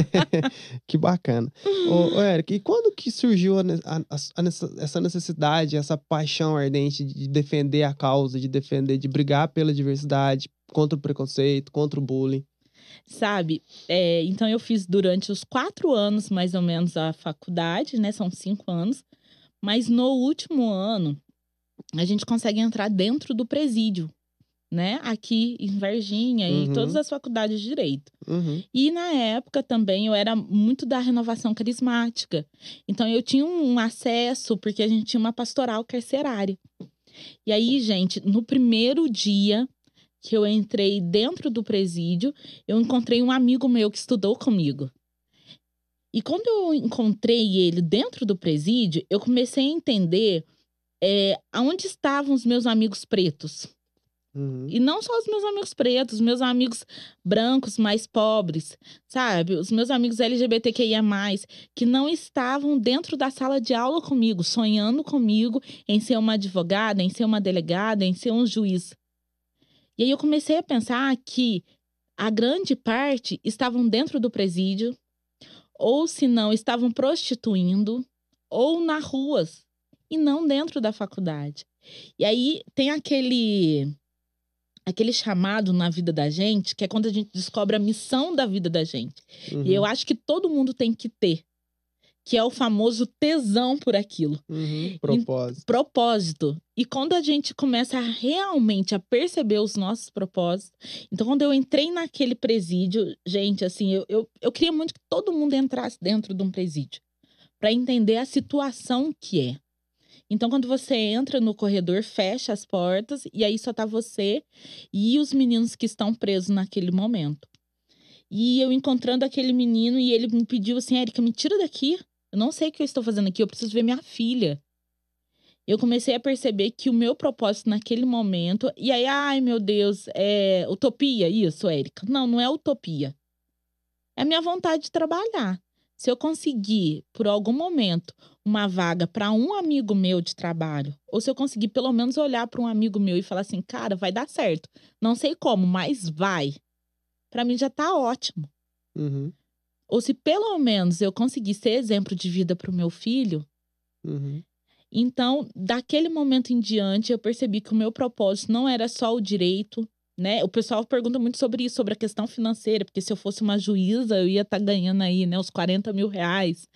Que bacana. Ô, ô, Eric, e quando que surgiu a ne- a- a- nessa- essa necessidade, essa paixão ardente de defender a causa, de defender, de brigar pela diversidade, contra o preconceito, contra o bullying? Sabe? É, então eu fiz durante os quatro anos, mais ou menos, a faculdade, né? São cinco anos. Mas no último ano, a gente consegue entrar dentro do presídio, né? Aqui em Varginha e Uhum. todas as faculdades de direito. Uhum. E na época também eu era muito da renovação carismática. Então eu tinha um acesso, porque a gente tinha uma pastoral carcerária. E aí, gente, no primeiro dia que eu entrei dentro do presídio, eu encontrei um amigo meu que estudou comigo. E quando eu encontrei ele dentro do presídio, eu comecei a entender é, aonde estavam os meus amigos pretos. Uhum. E não só os meus amigos pretos, meus amigos brancos mais pobres, sabe? Os meus amigos L G B T Q I A mais, que não estavam dentro da sala de aula comigo, sonhando comigo em ser uma advogada, em ser uma delegada, em ser um juiz. E aí eu comecei a pensar que a grande parte estavam dentro do presídio, ou se não, estavam prostituindo, ou nas ruas, e não dentro da faculdade. E aí tem aquele... aquele chamado na vida da gente, que é quando a gente descobre a missão da vida da gente. Uhum. E eu acho que todo mundo tem que ter, que é o famoso tesão por aquilo. Uhum. Propósito. Propósito. E quando a gente começa a realmente a perceber os nossos propósitos... Então, quando eu entrei naquele presídio, gente, assim, eu, eu, eu queria muito que todo mundo entrasse dentro de um presídio, para entender a situação que é. Então, quando você entra no corredor, fecha as portas e aí só tá você e os meninos que estão presos naquele momento. E eu encontrando aquele menino e ele me pediu assim, Érica, me tira daqui. Eu não sei o que eu estou fazendo aqui, eu preciso ver minha filha. Eu comecei a perceber que o meu propósito naquele momento... E aí, ai, meu Deus, é utopia isso, Érica? Não, não é utopia. É a minha vontade de trabalhar. Se eu conseguir, por algum momento, uma vaga para um amigo meu de trabalho, ou se eu conseguir pelo menos olhar para um amigo meu e falar assim, cara, vai dar certo. Não sei como, mas vai. Para mim já tá ótimo. Uhum. Ou se pelo menos eu conseguir ser exemplo de vida para o meu filho, Uhum. então, daquele momento em diante, eu percebi que o meu propósito não era só o direito, né? O pessoal pergunta muito sobre isso, sobre a questão financeira, porque se eu fosse uma juíza, eu ia estar ganhando aí, né, os quarenta mil reais.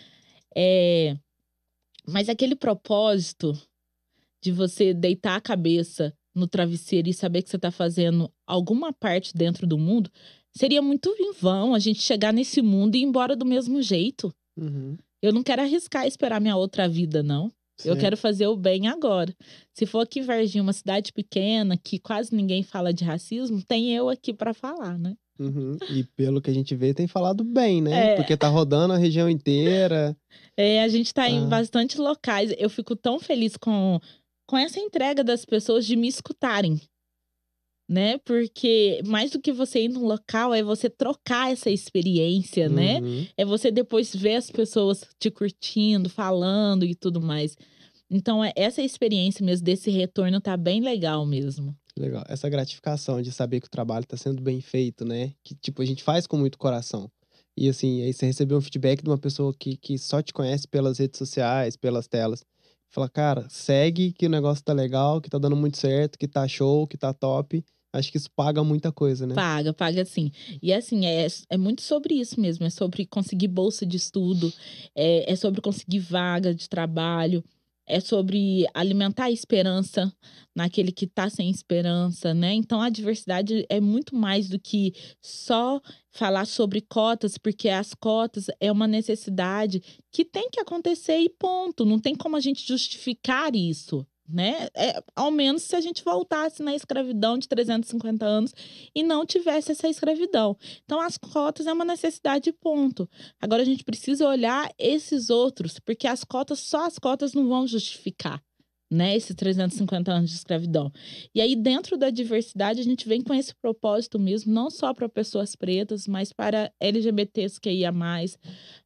É... Mas aquele propósito de você deitar a cabeça no travesseiro e saber que você está fazendo alguma parte dentro do mundo, seria muito em vão a gente chegar nesse mundo e ir embora do mesmo jeito. Uhum. Eu não quero arriscar esperar minha outra vida, não. Eu Sim. quero fazer o bem agora. Se for aqui em Varginha, uma cidade pequena, que quase ninguém fala de racismo, tem eu aqui para falar, né? Uhum. E pelo que a gente vê, tem falado bem, né? É. Porque tá rodando a região inteira. É, a gente tá em Ah. bastante locais. Eu fico tão feliz com, com essa entrega das pessoas de me escutarem. né? Porque mais do que você ir num local, é você trocar essa experiência, né? Uhum. É você depois ver as pessoas te curtindo, falando e tudo mais. Então, é essa experiência mesmo desse retorno tá bem legal mesmo. Legal. Essa gratificação de saber que o trabalho tá sendo bem feito, né? Que, tipo, a gente faz com muito coração. E, assim, aí você recebeu um feedback de uma pessoa que, que só te conhece pelas redes sociais, pelas telas. Fala, cara, segue que o negócio tá legal, que tá dando muito certo, que tá show, que tá top. Acho que isso paga muita coisa, né? Paga, paga sim. E assim, é, é muito sobre isso mesmo. É sobre conseguir bolsa de estudo, é, é sobre conseguir vaga de trabalho, é sobre alimentar a esperança naquele que tá sem esperança, né? Então a diversidade é muito mais do que só falar sobre cotas, porque as cotas é uma necessidade que tem que acontecer e ponto. Não tem como a gente justificar isso. Né? É, ao menos se a gente voltasse na escravidão de trezentos e cinquenta anos e não tivesse essa escravidão. Então, as cotas é uma necessidade, ponto. Agora, a gente precisa olhar esses outros, porque as cotas, só as cotas não vão justificar, né? Esses trezentos e cinquenta anos de escravidão. E aí, dentro da diversidade, a gente vem com esse propósito mesmo, não só para pessoas pretas, mas para L G B Ts que ia mais,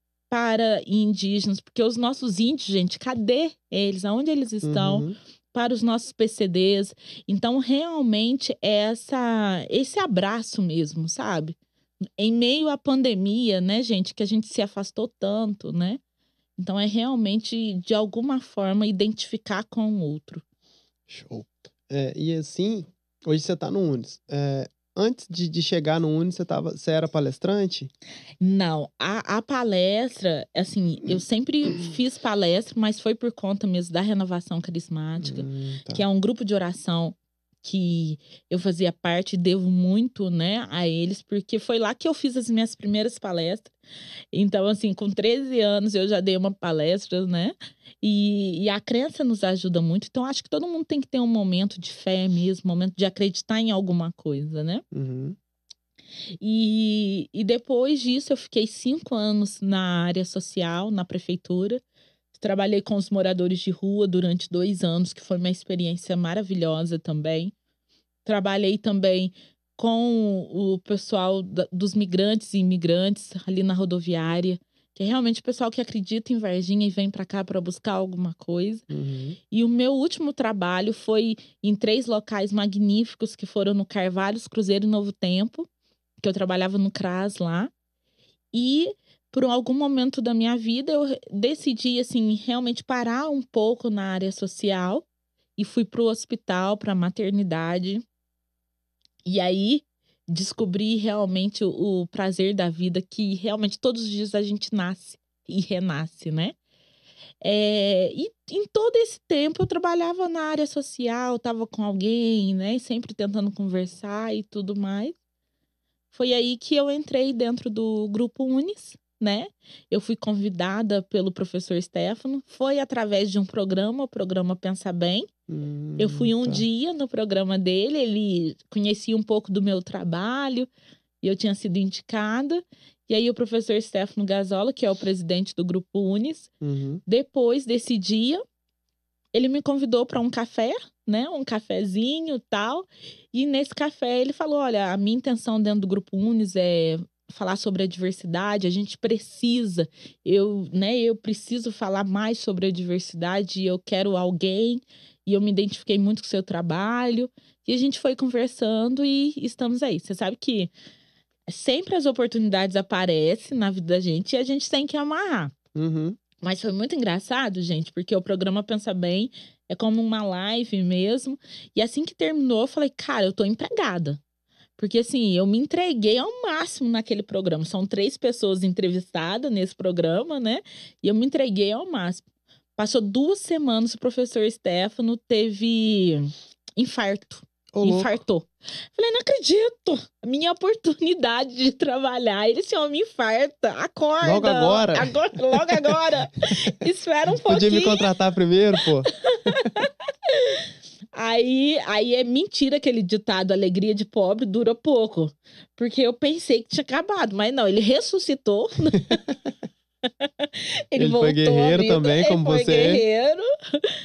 para indígenas, porque os nossos índios, gente, cadê eles? Aonde eles estão? Uhum. Para os nossos P C Ds. Então, realmente, é essa, esse abraço mesmo, sabe? Em meio à pandemia, né, gente, que a gente se afastou tanto, né? Então, é realmente, de alguma forma, identificar com o outro. Show. É, e assim, hoje você tá no Unis. É, antes de, de chegar no Unis, você, tava, você era palestrante? Não, a, a palestra, assim, eu sempre fiz palestra, mas foi por conta mesmo da Renovação Carismática, Hum, tá. que é um grupo de oração que eu fazia parte e devo muito, né, a eles, porque foi lá que eu fiz as minhas primeiras palestras. Então, assim, com treze anos eu já dei uma palestra, né? E, e a crença nos ajuda muito. Então, acho que todo mundo tem que ter um momento de fé mesmo, um momento de acreditar em alguma coisa, né? Uhum. E, e depois disso, eu fiquei cinco anos na área social, na prefeitura. Trabalhei com os moradores de rua durante dois anos, que foi uma experiência maravilhosa também. Trabalhei também com o pessoal da, dos migrantes e imigrantes ali na rodoviária, que é realmente o pessoal que acredita em Varginha e vem para cá para buscar alguma coisa. Uhum. E o meu último trabalho foi em três locais magníficos que foram no Carvalhos, Cruzeiro e Novo Tempo, que eu trabalhava no CRAS lá. E por algum momento da minha vida eu decidi assim realmente parar um pouco na área social e fui para o hospital, para a maternidade. E aí descobri realmente o, o prazer da vida, que realmente todos os dias a gente nasce e renasce, né? É, e em todo esse tempo eu trabalhava na área social, estava com alguém, né? Sempre tentando conversar e tudo mais. Foi aí que eu entrei dentro do Grupo Unis, né? Eu fui convidada pelo professor Stefano. Foi através de um programa, o programa Pensa Bem. Hum, Eu fui um tá. dia no programa dele, ele conhecia um pouco do meu trabalho e eu tinha sido indicada. E aí o professor Stefano Gazola, que é o presidente do Grupo Unis, Uhum. depois desse dia, ele me convidou para um café, né? Um cafezinho e tal. E nesse café ele falou: olha, a minha intenção dentro do Grupo Unis é falar sobre a diversidade. A gente precisa, eu, né? Eu preciso falar mais sobre a diversidade. Eu quero alguém. E eu me identifiquei muito com o seu trabalho. E a gente foi conversando e estamos aí. Você sabe que sempre as oportunidades aparecem na vida da gente e a gente tem que amarrar. Uhum. Mas foi muito engraçado, gente, porque o programa Pensa Bem é como uma live mesmo. E assim que terminou, eu falei, cara, eu tô empregada. Porque assim, eu me entreguei ao máximo naquele programa. São três pessoas entrevistadas nesse programa, né? E eu me entreguei ao máximo. Passou duas semanas, o professor Stefano teve infarto. Ô, louco. Infartou. Falei, não acredito. A minha oportunidade de trabalhar. Ele, esse homem infarta. Acorda. Logo agora? agora logo agora. Espera um pouquinho. Podia me contratar primeiro, pô. Aí, aí é mentira aquele ditado, alegria de pobre dura pouco. Porque eu pensei que tinha acabado. Mas não, ele ressuscitou. ele, Ele voltou foi guerreiro à vida, também, ele como foi você. guerreiro.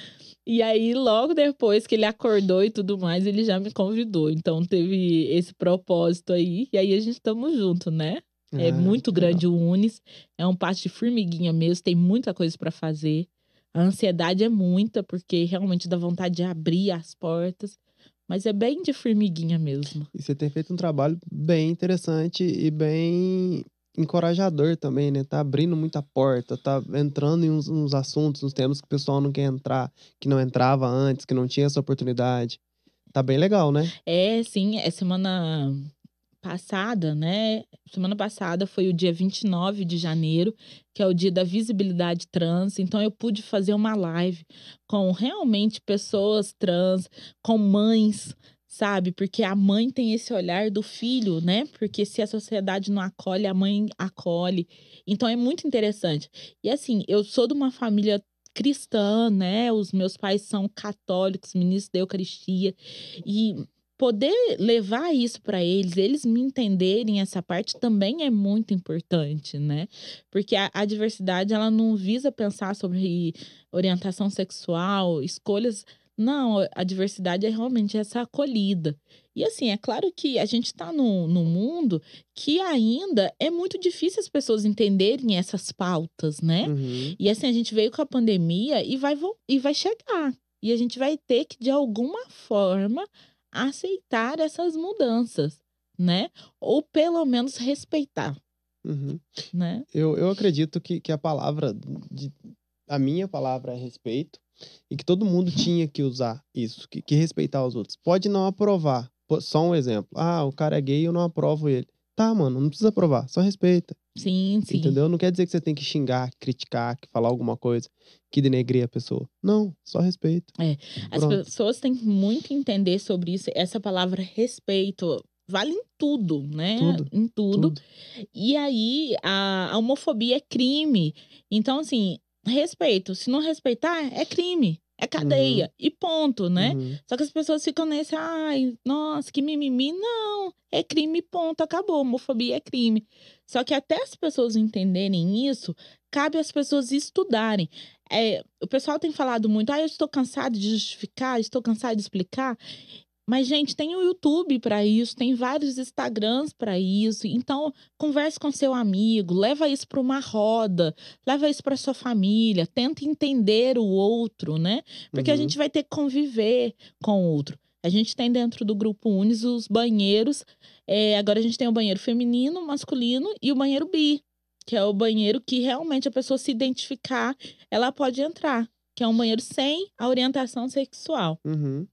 E aí, logo depois que ele acordou e tudo mais, ele já me convidou. Então, teve esse propósito aí. E aí, a gente estamos junto, né? É Ah, muito que legal. grande o Unis. É um passo de formiguinha mesmo. Tem muita coisa para fazer. A ansiedade é muita, porque realmente dá vontade de abrir as portas. Mas é bem de formiguinha mesmo. E você tem feito um trabalho bem interessante e bem encorajador também, né? Tá abrindo muita porta, tá entrando em uns, uns assuntos, uns temas que o pessoal não quer entrar, que não entrava antes, que não tinha essa oportunidade. Tá bem legal, né? É, sim, é semana passada, né? Semana passada foi o dia vinte e nove de janeiro, que é o dia da visibilidade trans. Então, eu pude fazer uma live com realmente pessoas trans, com mães, sabe? Porque a mãe tem esse olhar do filho, né? Porque se a sociedade não acolhe, a mãe acolhe. Então, é muito interessante. E assim, eu sou de uma família cristã, né? Os meus pais são católicos, ministros da Eucaristia. E poder levar isso para eles, eles me entenderem essa parte também é muito importante, né? Porque a, a diversidade, ela não visa pensar sobre orientação sexual, escolhas. Não, a diversidade é realmente essa acolhida. E assim, é claro que a gente está num, num mundo que ainda é muito difícil as pessoas entenderem essas pautas, né? Uhum. E assim, a gente veio com a pandemia e vai, vol- e vai chegar. E a gente vai ter que, de alguma forma, aceitar essas mudanças, né? Ou pelo menos respeitar, Uhum. né? Eu, eu acredito que, que a palavra, de, a minha palavra é respeito e que todo mundo tinha que usar isso, que, que respeitar os outros. Pode não aprovar, pô, só um exemplo. Ah, o cara é gay, eu não aprovo ele. Tá, mano, não precisa aprovar, só respeita, Sim, sim. entendeu? Não quer dizer que você tem que xingar, criticar, que falar alguma coisa que denegrir a pessoa. Não, só respeito. É, as Pronto. pessoas têm muito que entender sobre isso. Essa palavra respeito vale em tudo, né? Tudo, Em tudo. tudo. E aí, a, a homofobia é crime. Então, assim, respeito. Se não respeitar, é crime. É Uhum, cadeia. E ponto, né? uhum, Só que as pessoas ficam nesse, ai, nossa, que mimimi. Não, é crime, ponto, acabou. Homofobia é crime. Só que até as pessoas entenderem isso, cabe às pessoas estudarem. É, o pessoal tem falado muito, ah, eu estou cansado de justificar, estou cansado de explicar. Mas, gente, tem o YouTube para isso, tem vários Instagrams para isso. Então, converse com seu amigo, leva isso para uma roda, leva isso para sua família, tenta entender o outro, né? Porque a uhum, gente vai ter que conviver com o outro. A gente tem dentro do grupo Unis os banheiros. É, agora a gente tem o banheiro feminino, masculino e o banheiro bi, que é o banheiro que realmente a pessoa se identificar, ela pode entrar, que é um banheiro sem a orientação sexual. uhum.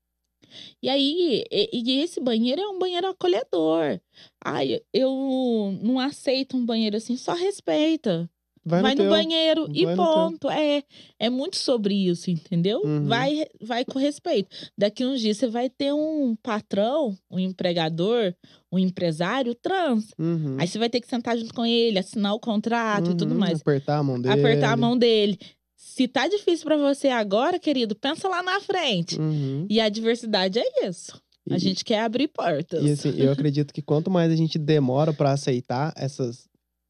E aí, e, e esse banheiro é um banheiro acolhedor. Ai, eu não aceito um banheiro assim, só respeita. Vai no Vai no teu, banheiro e vai no teu. ponto. É, é muito sobre isso, entendeu? Uhum, Vai, vai com respeito. Daqui uns dias você vai ter um patrão, um empregador, um empresário trans. Aí uhum, você vai ter que sentar junto com ele, assinar o contrato e tudo uhum. mais. Apertar a mão Apertar a dele. mão dele. Se tá difícil pra você agora, querido, pensa lá na frente. Uhum. E a diversidade é isso. A E, gente quer abrir e portas. assim, eu acredito que quanto mais a gente demora para aceitar essas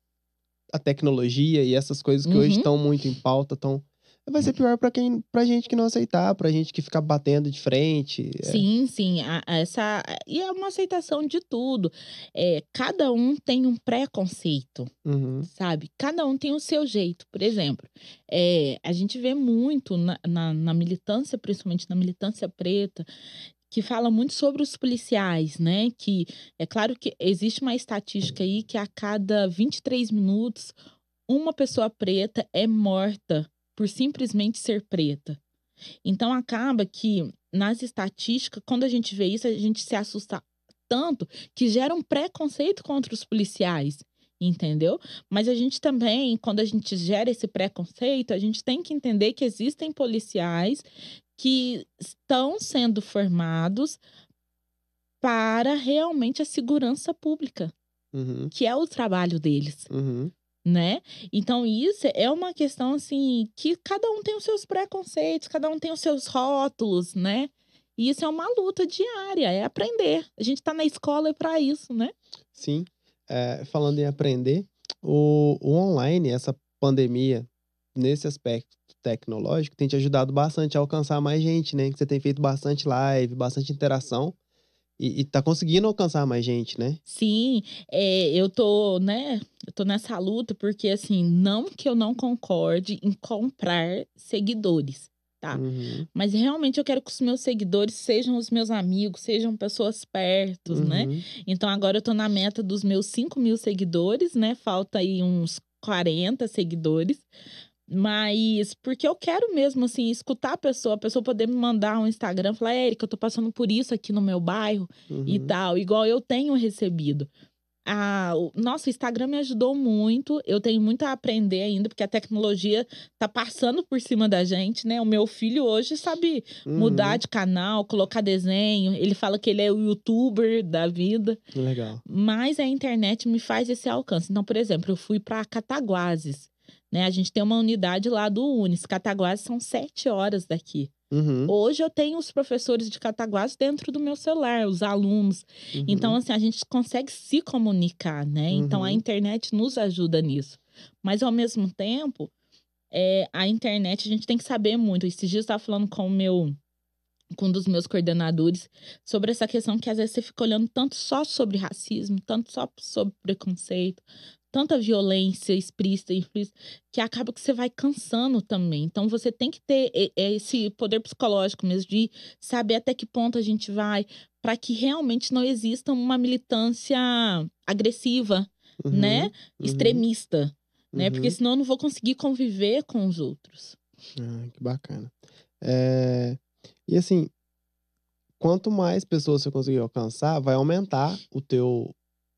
a tecnologia e essas coisas que hoje Uhum. estão muito em pauta, tão vai ser pior para quem pra gente que não aceitar, pra gente que ficar batendo de frente. É. Sim, sim. A- a- essa, e é uma aceitação de tudo. É, cada um tem um preconceito, Uhum, sabe? Cada um tem o seu jeito. Por exemplo, é, a gente vê muito na, na, na militância, principalmente na militância preta, que fala muito sobre os policiais, né? Que é claro que existe uma estatística aí que a cada vinte e três minutos uma pessoa preta é morta por simplesmente ser preta. Então acaba que nas estatísticas, quando a gente vê isso, a gente se assusta tanto que gera um preconceito contra os policiais, entendeu? Mas a gente também, quando a gente gera esse preconceito, a gente tem que entender que existem policiais que estão sendo formados para realmente a segurança pública, uhum, que é o trabalho deles. uhum. Né? Então, isso é uma questão assim que cada um tem os seus preconceitos, cada um tem os seus rótulos, né? E isso é uma luta diária, é aprender. A gente tá na escola para isso, né? Sim. É, falando em aprender, o, o online, essa pandemia, nesse aspecto, tecnológico tem te ajudado bastante a alcançar mais gente, né? Que você tem feito bastante live, bastante interação e, e tá conseguindo alcançar mais gente, né? Sim, é, eu tô, né, eu tô nessa luta porque, assim, não que eu não concorde em comprar seguidores, tá? Uhum, Mas realmente eu quero que os meus seguidores sejam os meus amigos, sejam pessoas perto, né? uhum, Então agora eu tô na meta dos meus cinco mil seguidores, né? Falta aí uns quarenta seguidores. Mas porque eu quero mesmo, assim, escutar a pessoa, a pessoa poder me mandar um Instagram, falar, Érica, eu tô passando por isso aqui no meu bairro e uhum, tal, igual eu tenho recebido. Ah, o nossa, o Instagram me ajudou muito. Eu tenho muito a aprender ainda, porque a tecnologia tá passando por cima da gente, né? O meu filho hoje sabe mudar uhum. de canal, colocar desenho. Ele fala que ele é o youtuber da vida, Legal. mas a internet me faz esse alcance. Então, por exemplo, eu fui para Cataguases, né? A gente tem uma unidade lá do Unis. Cataguases são sete horas daqui. Uhum, Hoje eu tenho os professores de Cataguases dentro do meu celular, os alunos. Então, uhum, assim, a gente consegue se comunicar, né? Então, a uhum, internet nos ajuda nisso. Mas, ao mesmo tempo, é, a internet, a gente tem que saber muito. Esses dias eu estava falando com o meu, com um dos meus coordenadores sobre essa questão que às vezes você fica olhando tanto só sobre racismo, tanto só sobre preconceito, tanta violência explícita, implícita, que acaba que você vai cansando também. Então você tem que ter e- e- esse poder psicológico mesmo de saber até que ponto a gente vai, para que realmente não exista uma militância agressiva, né? uhum, uhum, Extremista, né? Porque uhum. senão eu não vou conseguir conviver com os outros. Ah, que bacana. É, e assim, quanto mais pessoas você conseguir alcançar, vai aumentar o teu,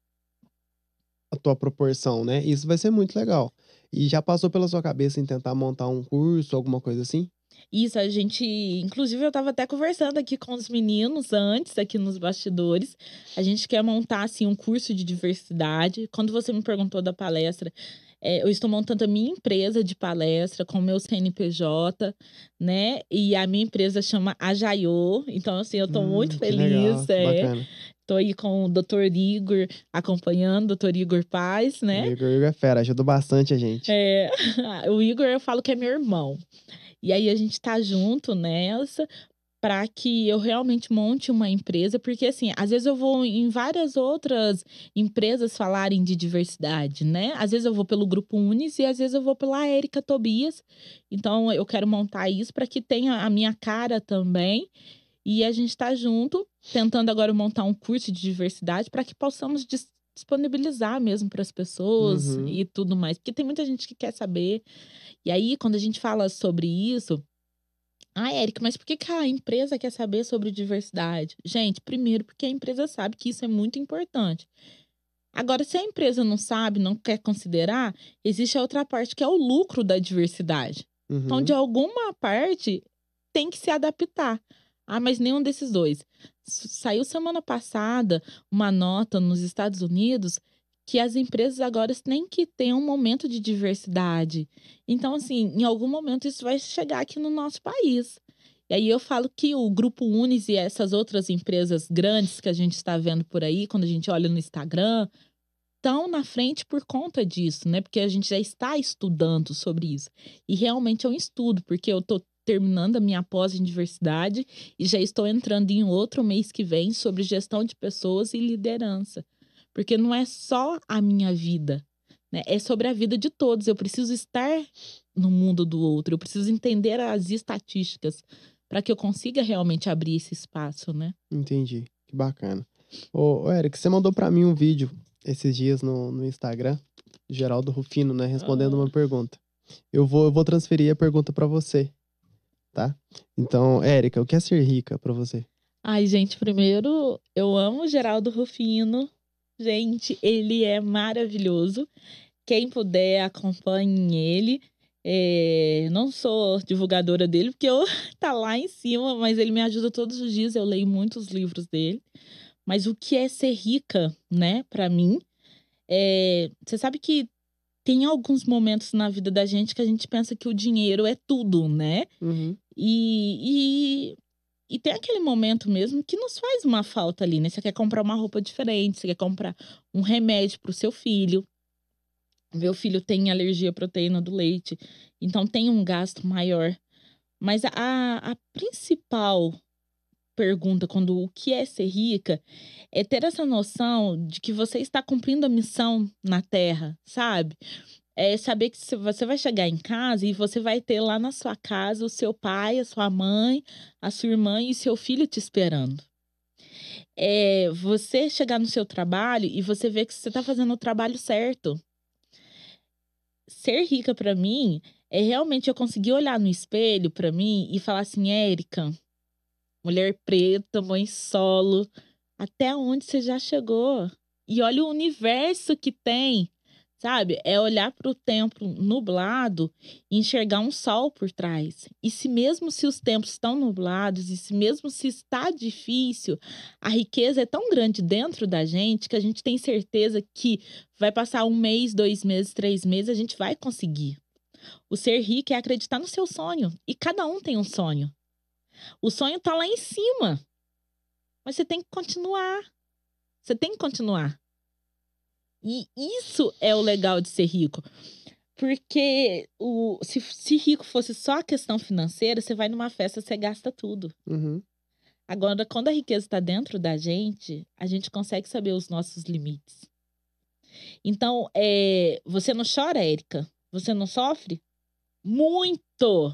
a tua proporção, né? Isso vai ser muito legal. E já passou pela sua cabeça em tentar montar um curso, alguma coisa assim? Isso, a gente inclusive eu estava até conversando aqui com os meninos antes, aqui nos bastidores. A gente quer montar, assim, um curso de diversidade. Quando você me perguntou da palestra, eh, eu estou montando a minha empresa de palestra com o meu C N P J, né, e a minha empresa chama Ajaiô. Então, assim, eu estou muito Hum, que feliz, legal, que é. bacana. Tô aí com o doutor Igor acompanhando, doutor Igor Paz, O né. Igor, o Igor é fera, ajudou bastante a gente. É, o Igor eu falo que é meu irmão. E aí a gente tá junto nessa, para que eu realmente monte uma empresa, porque assim, às vezes eu vou em várias outras empresas falarem de diversidade, né? Às vezes eu vou pelo Grupo Unis e às vezes eu vou pela Érica Tobias. Então eu quero montar isso para que tenha a minha cara também. E a gente tá junto, tentando agora montar um curso de diversidade para que possamos dis- disponibilizar mesmo para as pessoas Uhum, e tudo mais, porque tem muita gente que quer saber. E aí, quando a gente fala sobre isso, ah, Érica, mas por que que a empresa quer saber sobre diversidade? Gente, primeiro, porque a empresa sabe que isso é muito importante. Agora, se a empresa não sabe, não quer considerar, existe a outra parte que é o lucro da diversidade. Então, de uhum, alguma parte, tem que se adaptar. Ah, mas nenhum desses dois. S- Saiu semana passada uma nota nos Estados Unidos que as empresas agora têm que ter um momento de diversidade. Então, assim, em algum momento isso vai chegar aqui no nosso país. E aí eu falo que o Grupo Unis e essas outras empresas grandes que a gente está vendo por aí, quando a gente olha no Instagram, estão na frente por conta disso, né? Porque a gente já está estudando sobre isso. E realmente é um estudo, porque eu estou terminando a minha pós em diversidade e já estou entrando em outro mês que vem sobre gestão de pessoas e liderança. Porque não é só a minha vida, né? É sobre a vida de todos. Eu preciso estar no mundo do outro, eu preciso entender as estatísticas para que eu consiga realmente abrir esse espaço, né? entendi. Que bacana. Ô, ô Eric, você mandou pra mim um vídeo esses dias no, no Instagram, Geraldo Rufino, né, respondendo Ah. uma pergunta. Eu vou, eu vou transferir a pergunta pra você, tá? Então, Érica, o que é ser rica pra você? Ai, gente, primeiro, eu amo o Geraldo Rufino. Gente, ele é maravilhoso. Quem puder, acompanhe ele. É, não sou divulgadora dele, porque eu tá lá em cima, mas ele me ajuda todos os dias. Eu leio muitos livros dele. Mas o que é ser rica, né, pra mim? É, você sabe que tem alguns momentos na vida da gente que a gente pensa que o dinheiro é tudo, né? Uhum, E, e tem aquele momento mesmo que nos faz uma falta ali, né? Você quer comprar uma roupa diferente, você quer comprar um remédio para o seu filho. Meu filho tem alergia à proteína do leite, então tem um gasto maior. Mas a, a principal pergunta quando o que é ser rica é ter essa noção de que você está cumprindo a missão na Terra, sabe? É saber que se você vai chegar em casa e você vai ter lá na sua casa o seu pai, a sua mãe, a sua irmã e seu filho te esperando. É você chegar no seu trabalho e você ver que você está fazendo o trabalho certo. Ser rica para mim é realmente eu conseguir olhar no espelho para mim e falar assim, Érica, mulher preta, mãe solo, até onde você já chegou? E olha o universo que tem, sabe? É olhar para o tempo nublado e enxergar um sol por trás. E se mesmo se os tempos estão nublados, e se mesmo se está difícil, a riqueza é tão grande dentro da gente que a gente tem certeza que vai passar um mês, dois meses, três meses, a gente vai conseguir. O ser rico é acreditar no seu sonho. E cada um tem um sonho. O sonho tá lá em cima. Mas você tem que continuar. Você tem que continuar. E isso é o legal de ser rico. Porque o, se, se rico fosse só a questão financeira, você vai numa festa, você gasta tudo. Uhum. Agora, quando a riqueza está dentro da gente, a gente consegue saber os nossos limites. Então, é, você não chora, Érica? Você não sofre? Muito!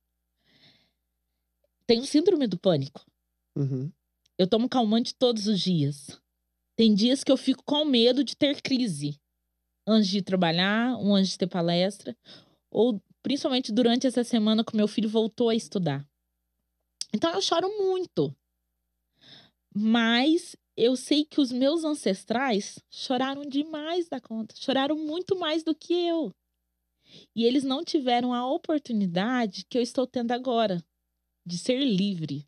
Tenho síndrome do pânico. Uhum. Eu tomo calmante todos os dias. Tem dias que eu fico com medo de ter crise. Antes de trabalhar, ou antes de ter palestra. Ou principalmente durante essa semana que meu filho voltou a estudar. Então eu choro muito. Mas eu sei que os meus ancestrais choraram demais da conta. Choraram muito mais do que eu. E eles não tiveram a oportunidade que eu estou tendo agora. De ser livre.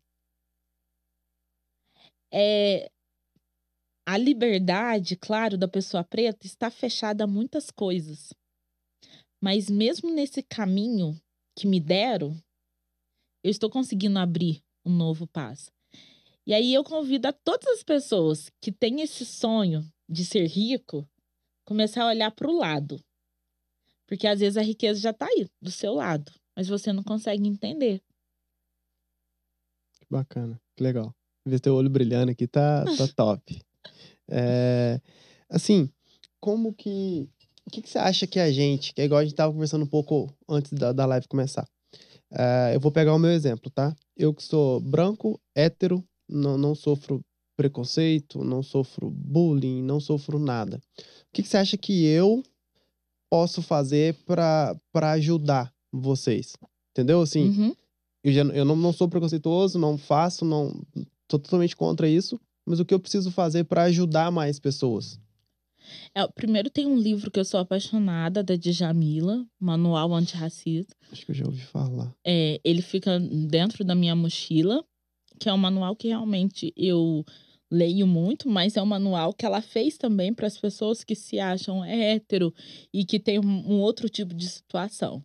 É... A liberdade, claro, da pessoa preta está fechada a muitas coisas. Mas mesmo nesse caminho que me deram, eu estou conseguindo abrir um novo passo. E aí eu convido a todas as pessoas que têm esse sonho de ser rico, começar a olhar para o lado. Porque às vezes a riqueza já está aí, do seu lado, mas você não consegue entender. Que bacana, que legal. Ver teu olho brilhando aqui tá, tá top. É, assim, como que... O que, que você acha que a gente... Que é igual a gente tava conversando um pouco antes da, da live começar. É, eu vou pegar o meu exemplo, tá? Eu que sou branco, hétero, não, não sofro preconceito, não sofro bullying, não sofro nada. O que, que você acha que eu posso fazer pra, pra ajudar vocês? Entendeu? Assim, Uhum. eu, já, eu não, não sou preconceituoso, não faço, não tô totalmente contra isso, mas o que eu preciso fazer pra ajudar mais pessoas? É, primeiro tem um livro que eu sou apaixonada, da Djamila, Manual Antirracista. Acho que eu já ouvi falar. É, ele fica dentro da minha mochila, que é um manual que realmente eu leio muito, mas é um manual que ela fez também para as pessoas que se acham hétero e que tem um, um outro tipo de situação.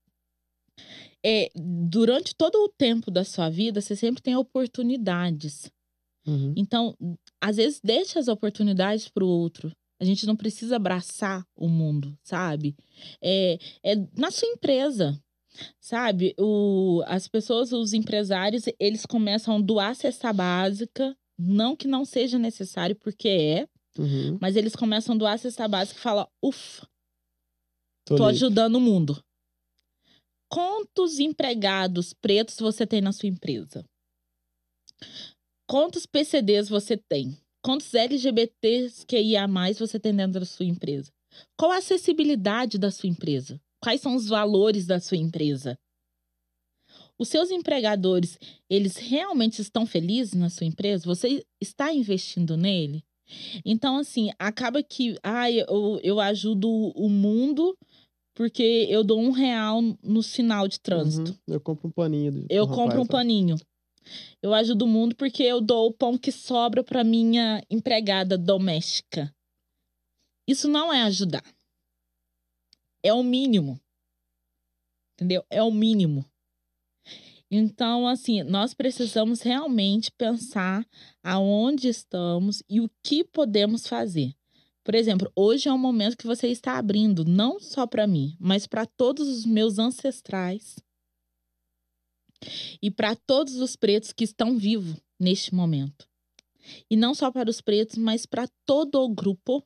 É, durante todo o tempo da sua vida, você sempre tem oportunidades. Uhum. Então, às vezes, deixa as oportunidades para o outro. A gente não precisa abraçar o mundo, sabe? É, é na sua empresa, sabe? O, as pessoas, os empresários, eles começam a doar a cesta básica. Não que não seja necessário, porque é. Uhum. Mas eles começam a doar a cesta básica e falam, ufa, Tô, tô livre. ajudando o mundo. Quantos empregados pretos você tem na sua empresa? Quantos P C Ds você tem? Quantos L G B Ts que I A mais você tem dentro da sua empresa? Qual a acessibilidade da sua empresa? Quais são os valores da sua empresa? Os seus empregadores, eles realmente estão felizes na sua empresa? Você está investindo nele? Então, assim, acaba que ah, eu, eu ajudo o mundo porque eu dou um real no sinal de trânsito. Uhum. Eu compro um paninho. Do, Eu do compro rapaz, um paninho. Eu ajudo o mundo porque eu dou o pão que sobra para minha empregada doméstica. Isso não é ajudar. É o mínimo. Entendeu? É o mínimo. Então, assim, nós precisamos realmente pensar aonde estamos e o que podemos fazer. Por exemplo, hoje é um momento que você está abrindo, não só para mim, mas para todos os meus ancestrais e para todos os pretos que estão vivos neste momento. E não só para os pretos, mas para todo o grupo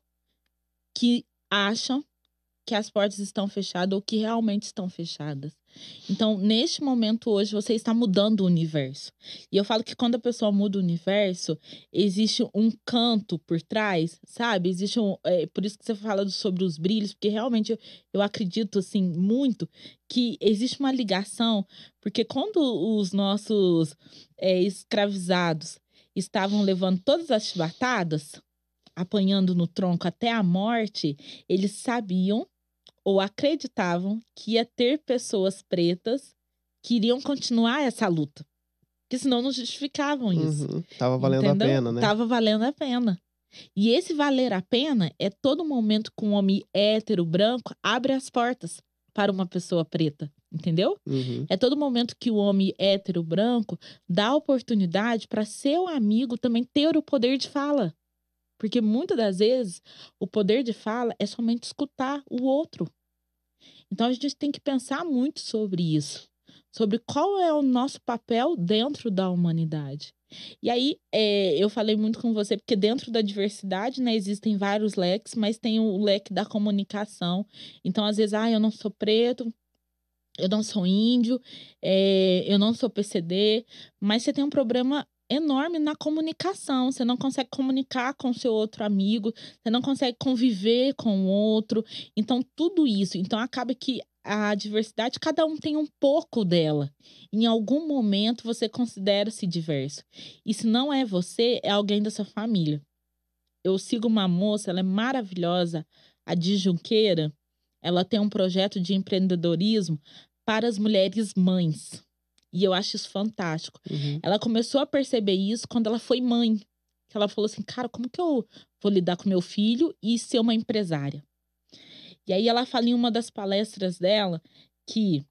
que acham que as portas estão fechadas ou que realmente estão fechadas. Então, neste momento hoje, você está mudando o universo. E eu falo que quando a pessoa muda o universo, existe um canto por trás, sabe? Existe um... É, por isso que você fala sobre os brilhos, porque realmente eu, eu acredito, assim, muito que existe uma ligação, porque quando os nossos é, escravizados estavam levando todas as chibatadas, apanhando no tronco até a morte, eles sabiam ou acreditavam que ia ter pessoas pretas que iriam continuar essa luta. Porque senão não justificavam isso. Uhum. Tava valendo entendeu? a pena, né? Tava valendo a pena. E esse valer a pena é todo momento que um homem hétero, branco, abre as portas para uma pessoa preta. Entendeu? Uhum. É todo momento que o homem hétero, branco, dá oportunidade para seu amigo também ter o poder de fala. Porque muitas das vezes o poder de fala é somente escutar o outro. Então a gente tem que pensar muito sobre isso, sobre qual é o nosso papel dentro da humanidade. E aí é, eu falei muito com você, porque dentro da diversidade, né, existem vários leques, mas tem o leque da comunicação. Então, às vezes, ah, eu não sou preto, eu não sou índio, é, eu não sou P C D, mas você tem um problema enorme na comunicação. Você não consegue comunicar com seu outro amigo, você não consegue conviver com o outro. Então, tudo isso. Então, acaba que a diversidade, cada um tem um pouco dela. Em algum momento, você considera-se diverso. E se não é você, é alguém da sua família. Eu sigo uma moça, ela é maravilhosa, a Di Junqueira. Ela tem um projeto de empreendedorismo para as mulheres mães. E eu acho isso fantástico. Uhum. Ela começou a perceber isso quando ela foi mãe. Que ela falou assim, cara, como que eu vou lidar com meu filho e ser uma empresária? E aí ela fala em uma das palestras dela que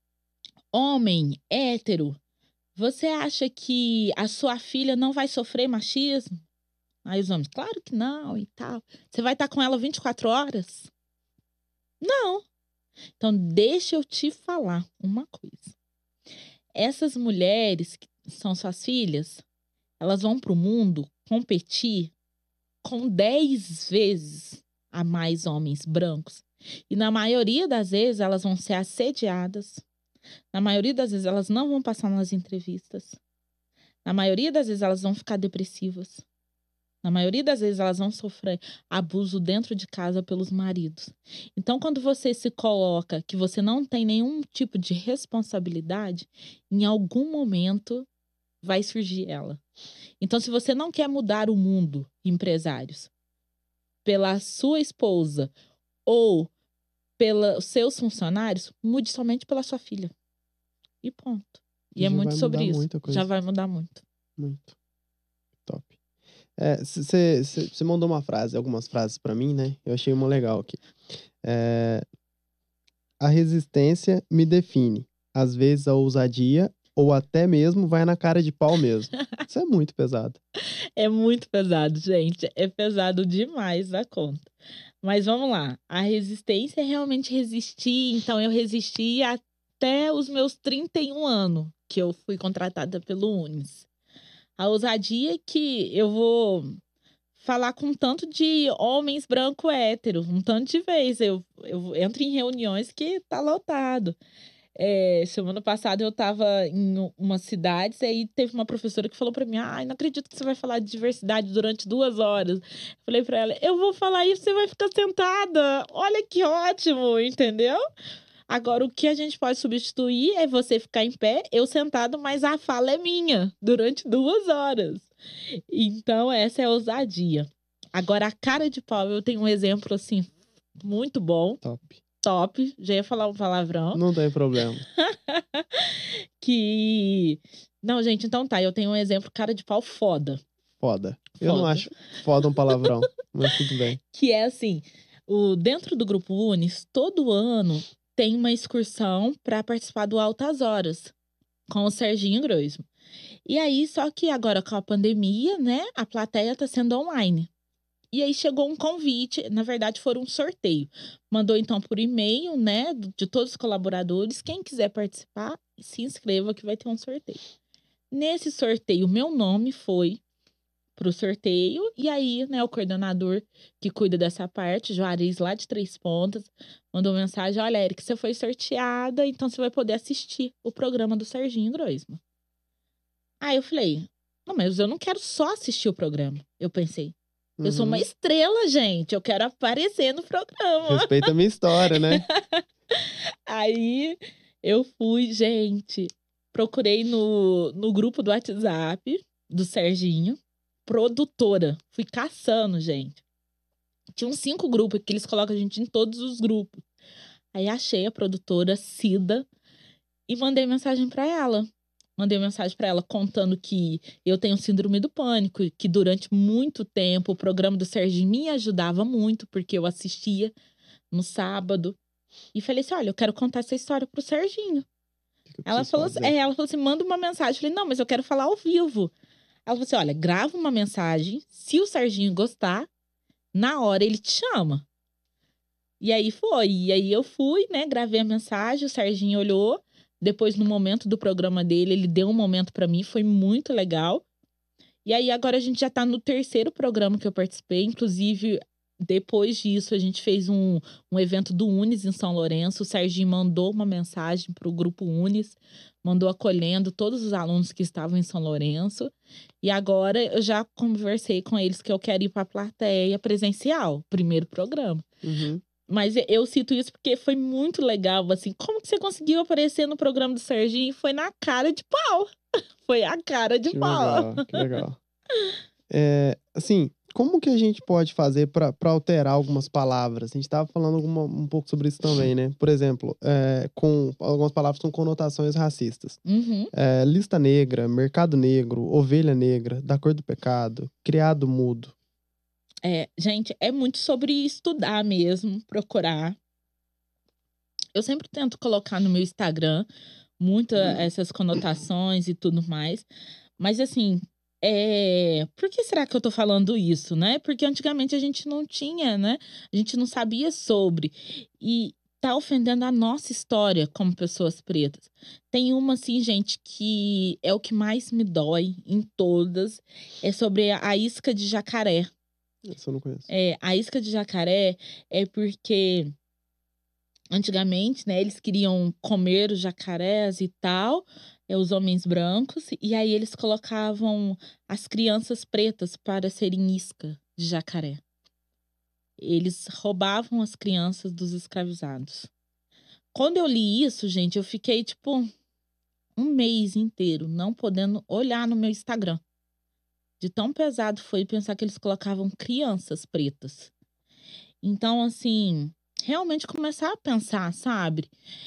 homem hétero, você acha que a sua filha não vai sofrer machismo? Aí os homens, claro que não e tal. Você vai estar com ela vinte e quatro horas? Não. Então, deixa eu te falar uma coisa. Essas mulheres que são suas filhas, elas vão para o mundo competir com dez vezes a mais homens brancos. E na maioria das vezes, elas vão ser assediadas. Na maioria das vezes, elas não vão passar nas entrevistas. Na maioria das vezes, elas vão ficar depressivas. Na maioria das vezes, elas vão sofrer abuso dentro de casa pelos maridos. Então, quando você se coloca que você não tem nenhum tipo de responsabilidade, em algum momento vai surgir ela. Então, se você não quer mudar o mundo, empresários, pela sua esposa ou pelos seus funcionários, mude somente pela sua filha. E ponto. E Já é muito vai sobre mudar isso. muita coisa. Já vai mudar muito. Muito. Top. Você mandou uma frase, algumas frases pra mim, né? Eu achei uma legal aqui. É, a resistência me define. Às vezes a ousadia ou até mesmo vai na cara de pau mesmo. Isso é muito pesado. É muito pesado, gente. É pesado demais da conta. Mas vamos lá. A resistência é realmente resistir. Então, eu resisti até os meus trinta e um anos, que eu fui contratada pelo Unis. A ousadia é que eu vou falar com um tanto de homens branco hétero, um tanto de vez. Eu, eu entro em reuniões que tá lotado. É, semana passada eu tava em uma cidade e aí teve uma professora que falou pra mim, ai, não acredito que você vai falar de diversidade durante duas horas. Falei pra ela, eu vou falar isso, você vai ficar sentada. Olha que ótimo, entendeu? Agora, o que a gente pode substituir é você ficar em pé, eu sentado, mas a fala é minha durante duas horas. Então, essa é a ousadia. Agora, a cara de pau, eu tenho um exemplo, assim, muito bom. Top. Top. Já ia falar um palavrão. Não tem problema. que... Não, gente, então tá. Eu tenho um exemplo, cara de pau foda. Foda. Eu não Foda. acho foda um palavrão, mas tudo bem. Que é assim, o, dentro do Grupo Unis, todo ano tem uma excursão para participar do Altas Horas, com o Serginho Groismo. E aí, só que agora com a pandemia, né, a plateia tá sendo online. E aí chegou um convite, na verdade foram um sorteio. Mandou então por e-mail, né, de todos os colaboradores. Quem quiser participar, se inscreva que vai ter um sorteio. Nesse sorteio, meu nome foi pro sorteio. E aí, né, o coordenador que cuida dessa parte, Juarez, lá de Três Pontas, mandou mensagem: olha, Eric, você foi sorteada, então você vai poder assistir o programa do Serginho Groisman. Aí eu falei, não, mas eu não quero só assistir o programa. Eu pensei, eu Uhum. sou uma estrela, gente, eu quero aparecer no programa. Respeita a minha história, né? Aí eu fui, gente, procurei no, no grupo do WhatsApp do Serginho, produtora. Fui caçando, gente. Tinha uns cinco grupos, que eles colocam a gente em todos os grupos. Aí achei a produtora Cida e mandei mensagem pra ela. Mandei mensagem pra ela contando que eu tenho síndrome do pânico, que durante muito tempo o programa do Serginho me ajudava muito, porque eu assistia no sábado. E falei assim, olha, eu quero contar essa história pro Serginho. Que que eu Ela preciso falou, assim, fazer? é, ela falou assim, manda uma mensagem. Eu falei, não, mas eu quero falar ao vivo. Ela falou assim, olha, grava uma mensagem, se o Serginho gostar, na hora ele te chama. E aí foi, e aí eu fui, né, gravei a mensagem, o Serginho olhou. Depois, no momento do programa dele, ele deu um momento pra mim, foi muito legal. E aí agora a gente já tá no terceiro programa que eu participei, inclusive... Depois disso, a gente fez um, um evento do Unis em São Lourenço. O Serginho mandou uma mensagem para o grupo Unis, mandou acolhendo todos os alunos que estavam em São Lourenço. E agora eu já conversei com eles que eu quero ir para a plateia presencial, primeiro programa. Uhum. Mas eu cito isso porque foi muito legal, assim. Como que você conseguiu aparecer no programa do Serginho? Foi na cara de pau. Foi a cara de Que pau. legal, que legal. É, assim, como que a gente pode fazer para alterar algumas palavras? A gente estava falando alguma, um pouco sobre isso também, né? Por exemplo, é, com algumas palavras com conotações racistas. Uhum. É, lista negra, mercado negro, ovelha negra, da cor do pecado, criado mudo. É, gente, é muito sobre estudar mesmo, procurar. Eu sempre tento colocar no meu Instagram muito essas conotações e tudo mais. Mas assim, é... por que será que eu tô falando isso, né? Porque antigamente a gente não tinha, né? A gente não sabia sobre. E tá ofendendo a nossa história como pessoas pretas. Tem uma, assim, gente, que é o que mais me dói em todas. É sobre a isca de jacaré. Isso eu não conheço. É, a isca de jacaré é porque... Antigamente, né, eles queriam comer os jacarés e tal, é, os homens brancos, e aí eles colocavam as crianças pretas para serem isca de jacaré. Eles roubavam as crianças dos escravizados. Quando eu li isso, gente, eu fiquei, tipo, um mês inteiro não podendo olhar no meu Instagram. De tão pesado foi pensar que eles colocavam crianças pretas. Então, assim... realmente começar a pensar, sabe?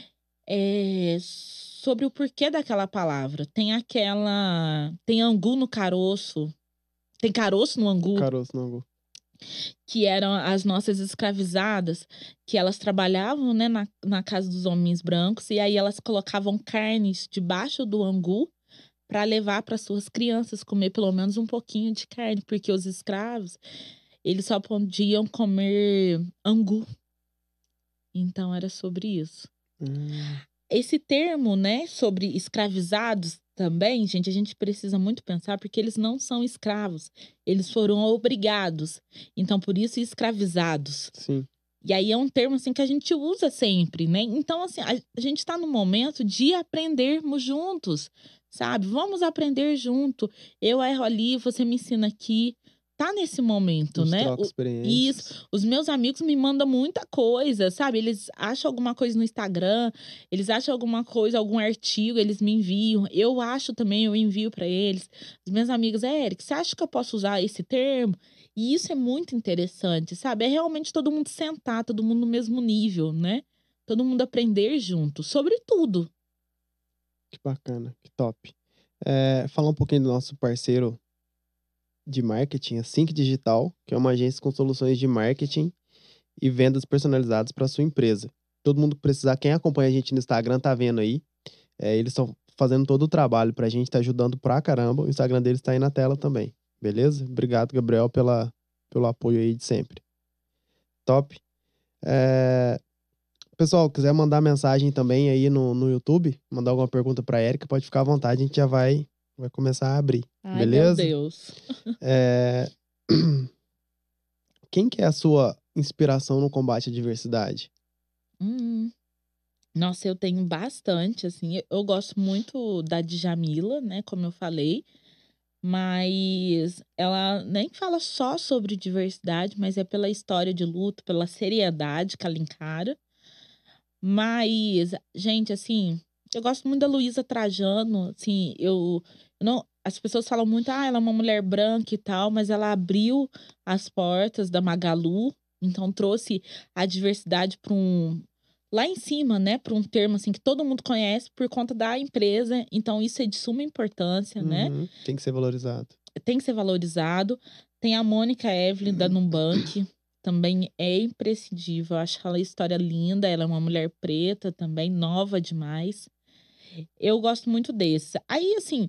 É, sobre o porquê daquela palavra. Tem aquela... Tem angu no caroço. Tem caroço no angu. Caroço no angu. Que eram as nossas escravizadas. Que elas trabalhavam, né, na, na casa dos homens brancos. E aí elas colocavam carnes debaixo do angu para levar para suas crianças comer pelo menos um pouquinho de carne. Porque os escravos, eles só podiam comer angu. Então, era sobre isso. Hum. Esse termo, né, sobre escravizados também, gente, a gente precisa muito pensar porque eles não são escravos. Eles foram obrigados. Então, por isso, escravizados. Sim. E aí é um termo, assim, que a gente usa sempre, né? Então, assim, a, a gente está no momento de aprendermos juntos, sabe? Vamos aprender junto. Eu erro ali, você me ensina aqui. Tá nesse momento, Nos né? troca O- experiências. Isso. Os meus amigos me mandam muita coisa, sabe? Eles acham alguma coisa no Instagram, eles acham alguma coisa, algum artigo, eles me enviam. Eu acho também, eu envio para eles. Os meus amigos, é, Eric, você acha que eu posso usar esse termo? E isso é muito interessante, sabe? É realmente todo mundo sentar, todo mundo no mesmo nível, né? Todo mundo aprender junto, sobre tudo. Que bacana, que top. É, falar um pouquinho do nosso parceiro de marketing, a Sync Digital, que é uma agência com soluções de marketing e vendas personalizadas para sua empresa. Todo mundo que precisar, quem acompanha a gente no Instagram tá vendo aí. É, eles estão fazendo todo o trabalho pra gente, tá ajudando pra caramba. O Instagram deles tá aí na tela também, beleza? Obrigado, Gabriel, pela, pelo apoio aí de sempre. Top. É... Pessoal, quiser mandar mensagem também aí no, no YouTube, mandar alguma pergunta pra Érica, pode ficar à vontade, a gente já vai, vai começar a abrir. Ai, beleza? meu Deus. É... Quem que é a sua inspiração no combate à diversidade? Hum. Nossa, eu tenho bastante, assim. Eu gosto muito da Djamila, né? Como eu falei. Mas ela nem fala só sobre diversidade, mas é pela história de luta, pela seriedade que ela encara. Mas, gente, assim, eu gosto muito da Luísa Trajano, assim, eu, eu não, as pessoas falam muito, ah, ela é uma mulher branca e tal, mas ela abriu as portas da Magalu, então trouxe a diversidade para um lá em cima, né, para um termo assim que todo mundo conhece por conta da empresa, então isso é de suma importância, né? Uhum, tem que ser valorizado. Tem que ser valorizado. Tem a Mônica Evelyn da Nubank, também é imprescindível. Eu acho ela a história linda. Ela é uma mulher preta também, nova demais. Eu gosto muito desse. Aí, assim,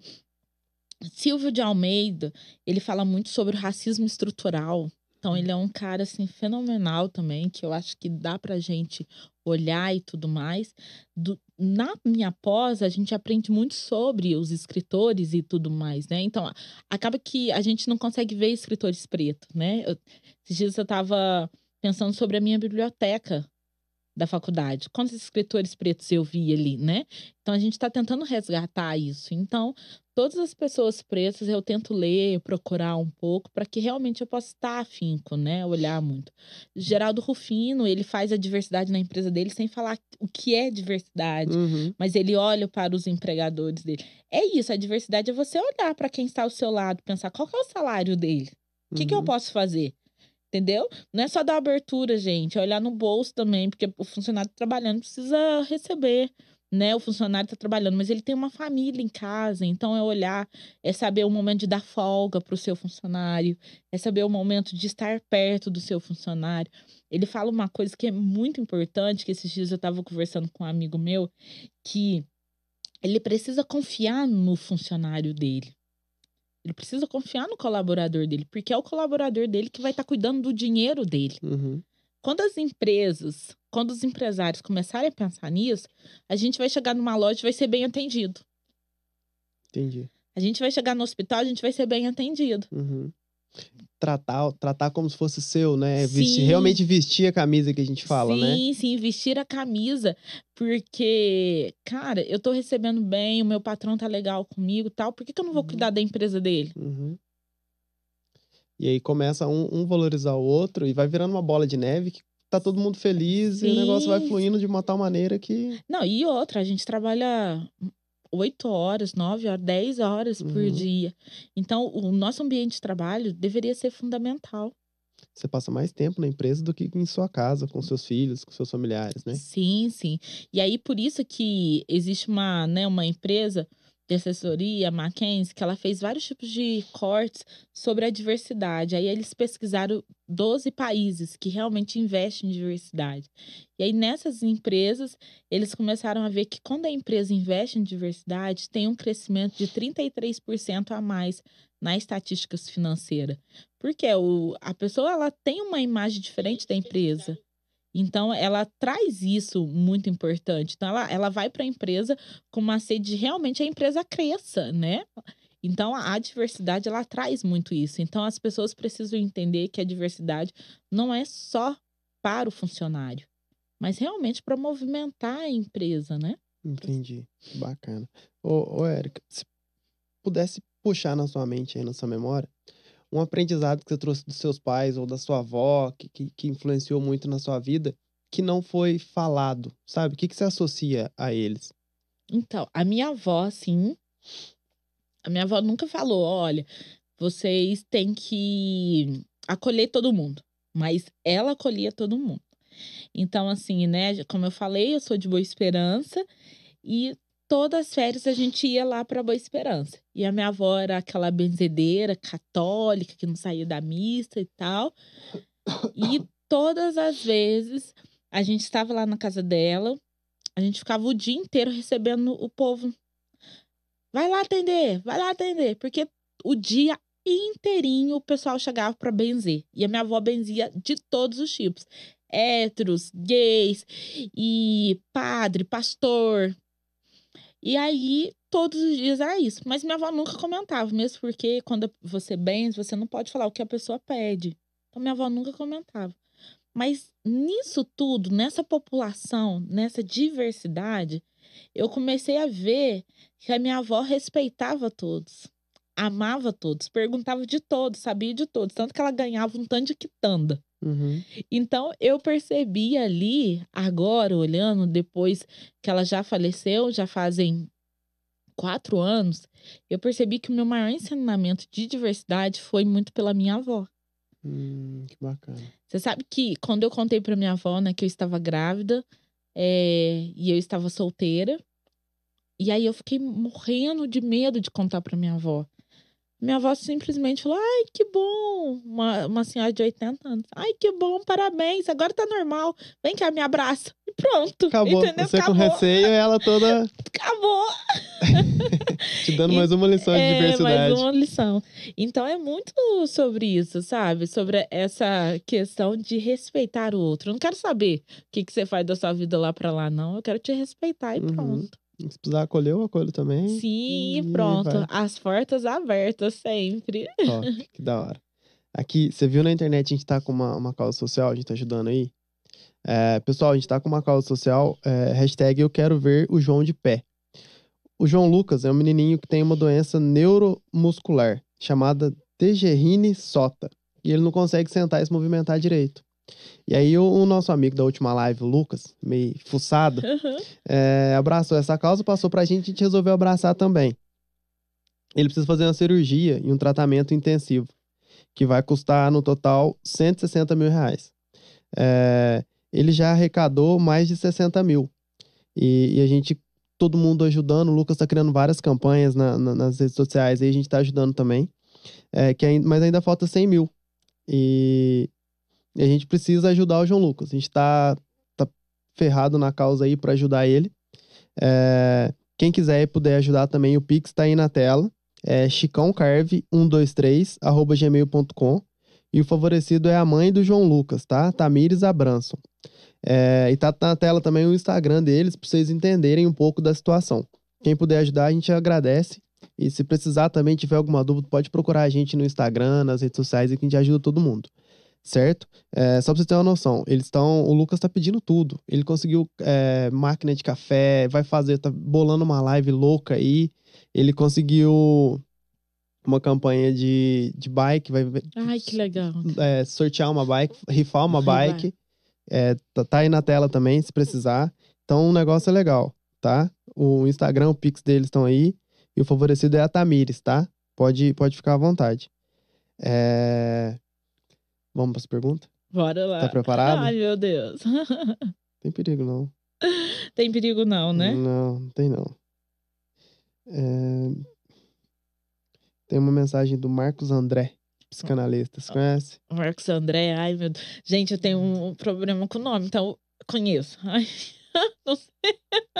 Silvio de Almeida, ele fala muito sobre o racismo estrutural. Então, ele é um cara, assim, fenomenal também, que eu acho que dá pra gente olhar e tudo mais. Do- na minha pós, a gente aprende muito sobre os escritores e tudo mais, né? Então, a- acaba que a gente não consegue ver escritores pretos, né? Eu, esses dias eu tava pensando sobre a minha biblioteca da faculdade. Quantos escritores pretos eu vi ali, né? Então a gente está tentando resgatar isso. Então, todas as pessoas pretas eu tento ler, procurar um pouco, para que realmente eu possa estar afinco, né? Olhar muito. Geraldo Rufino, ele faz a diversidade na empresa dele sem falar o que é diversidade, Uhum, mas ele olha para os empregadores dele. É isso, a diversidade é você olhar para quem está ao seu lado, pensar qual que é o salário dele. O que, que eu uhum. posso fazer? Entendeu? Não é só dar abertura, gente. É olhar no bolso também, porque o funcionário tá trabalhando precisa receber, né? O funcionário tá trabalhando, mas ele tem uma família em casa, então é olhar, é saber o momento de dar folga para o seu funcionário, é saber o momento de estar perto do seu funcionário. Ele fala uma coisa que é muito importante, que esses dias eu estava conversando com um amigo meu, que ele precisa confiar no funcionário dele. Ele precisa confiar no colaborador dele, porque é o colaborador dele que vai estar cuidando do dinheiro dele. Uhum. Quando as empresas, quando os empresários começarem a pensar nisso, a gente vai chegar numa loja e vai ser bem atendido. Entendi. A gente vai chegar no hospital, a gente vai ser bem atendido. Uhum. Tratar, tratar como se fosse seu, né? Vestir, Sim. realmente vestir a camisa que a gente fala, né? Sim, sim, vestir a camisa, porque, cara, eu tô recebendo bem, o meu patrão tá legal comigo e tal, por que, que eu não vou Uhum. cuidar da empresa dele? Uhum. E aí começa um, um valorizar o outro e vai virando uma bola de neve que tá todo mundo feliz e o negócio vai Sim, fluindo de uma tal maneira que. Não, e outra, a gente trabalha oito horas, nove horas, dez horas por Uhum. dia. Então, o nosso ambiente de trabalho deveria ser fundamental. Você passa mais tempo na empresa do que em sua casa, com seus filhos, com seus familiares, né? Sim, sim. E aí, por isso que existe uma, né, uma empresa de assessoria, a Mackenzie, que ela fez vários tipos de cortes sobre a diversidade. Aí eles pesquisaram doze países que realmente investem em diversidade. E aí, nessas empresas, eles começaram a ver que quando a empresa investe em diversidade, tem um crescimento de trinta e três por cento a mais na estatísticas financeira. Porque o, a pessoa ela tem uma imagem diferente da empresa. Então, ela traz isso muito importante. Então, ela, ela vai para a empresa com uma sede de realmente a empresa cresça, né? Então, a, a diversidade, ela traz muito isso. Então, as pessoas precisam entender que a diversidade não é só para o funcionário, mas realmente para movimentar a empresa, né? Entendi. Bacana. Ô, ô Érica, se pudesse puxar na sua mente aí, na sua memória, um aprendizado que você trouxe dos seus pais ou da sua avó, que, que, que influenciou muito na sua vida, que não foi falado, sabe? O que, que você associa a eles? Então, a minha avó, assim, a minha avó nunca falou: olha, vocês têm que acolher todo mundo. Mas ela acolhia todo mundo. Então, assim, né, como eu falei, eu sou de Boa Esperança e todas as férias a gente ia lá para Boa Esperança. E a minha avó era aquela benzedeira católica que não saía da missa e tal. E todas as vezes a gente estava lá na casa dela, a gente ficava o dia inteiro recebendo o povo. Vai lá atender, vai lá atender, porque o dia inteirinho o pessoal chegava pra benzer. E a minha avó benzia de todos os tipos. Héteros, gays, e padre, pastor. E aí, todos os dias era isso. Mas minha avó nunca comentava, mesmo porque quando você benze, você não pode falar o que a pessoa pede. Então, minha avó nunca comentava. Mas nisso tudo, nessa população, nessa diversidade, eu comecei a ver que a minha avó respeitava todos, amava todos, perguntava de todos, sabia de todos, tanto que ela ganhava um tanto de quitanda. Uhum. Então, eu percebi ali, agora, olhando, depois que ela já faleceu, já fazem quatro anos, eu percebi que o meu maior ensinamento de diversidade foi muito pela minha avó. Hum, que bacana. Você sabe que quando eu contei pra minha avó, né, que eu estava grávida, é, e eu estava solteira, e aí eu fiquei morrendo de medo de contar pra minha avó. Minha avó simplesmente falou, ai, que bom, uma, uma senhora de oitenta anos. Ai, que bom, parabéns, agora tá normal. Vem cá, me abraça. E pronto, Acabou. entendeu? Você Acabou. com receio e ela toda Acabou. te dando E- mais uma lição de É, diversidade. mais uma lição. Então, é muito sobre isso, sabe? Sobre essa questão de respeitar o outro. Eu não quero saber o que, que você faz da sua vida lá pra lá, não. Eu quero te respeitar e Uhum. pronto. Se precisar acolher, eu acolho também. Sim, E pronto. vai. As portas abertas sempre. Top, que da hora. Aqui, você viu na internet, a gente tá com uma, uma causa social, a gente tá ajudando aí. É, pessoal, a gente tá com uma causa social, é, hashtag eu quero ver o João de pé. O João Lucas é um menininho que tem uma doença neuromuscular, chamada Dejerine-Sota. E ele não consegue sentar e se movimentar direito. E aí o, o nosso amigo da última live, o Lucas, meio fuçado, é, abraçou essa causa, passou pra gente e a gente resolveu abraçar também. Ele precisa fazer uma cirurgia e um tratamento intensivo, que vai custar no total cento e sessenta mil reais. É, ele já arrecadou mais de sessenta mil. E, e a gente, todo mundo ajudando, o Lucas tá criando várias campanhas na, na, nas redes sociais, e a gente tá ajudando também. É, que ainda, mas ainda falta cem mil. E, e a gente precisa ajudar o João Lucas. A gente tá, tá ferrado na causa aí pra ajudar ele. É, quem quiser e puder ajudar também, o Pix tá aí na tela. É chicãocarve um dois três arroba gmail ponto com. E o favorecido é a mãe do João Lucas, tá? Tamires Abranson. É, e tá na tela também o Instagram deles, pra vocês entenderem um pouco da situação. Quem puder ajudar, a gente agradece. E se precisar também, tiver alguma dúvida, pode procurar a gente no Instagram, nas redes sociais, e que a gente ajuda todo mundo. Certo? É, só pra vocês terem uma noção, eles estão. O Lucas tá pedindo tudo. Ele conseguiu é, máquina de café, vai fazer, tá bolando uma live louca aí. Ele conseguiu uma campanha de, de bike, vai Ai, que legal. é, sortear uma bike, rifar uma Rifar. bike. É, tá, tá aí na tela também, se precisar. Então o negócio é legal, tá? O Instagram, o Pix deles estão aí. E o favorecido é a Tamires, tá? Pode, pode ficar à vontade. É... Vamos para as perguntas? Bora lá. Tá preparado? Ai, meu Deus. Tem perigo, não. Tem perigo não, né? Não, não tem não. É... Tem uma mensagem do Marcos André, psicanalista. Você conhece? Marcos André, ai, meu Deus. Gente, eu tenho um problema com o nome, então eu conheço. Ai, não sei.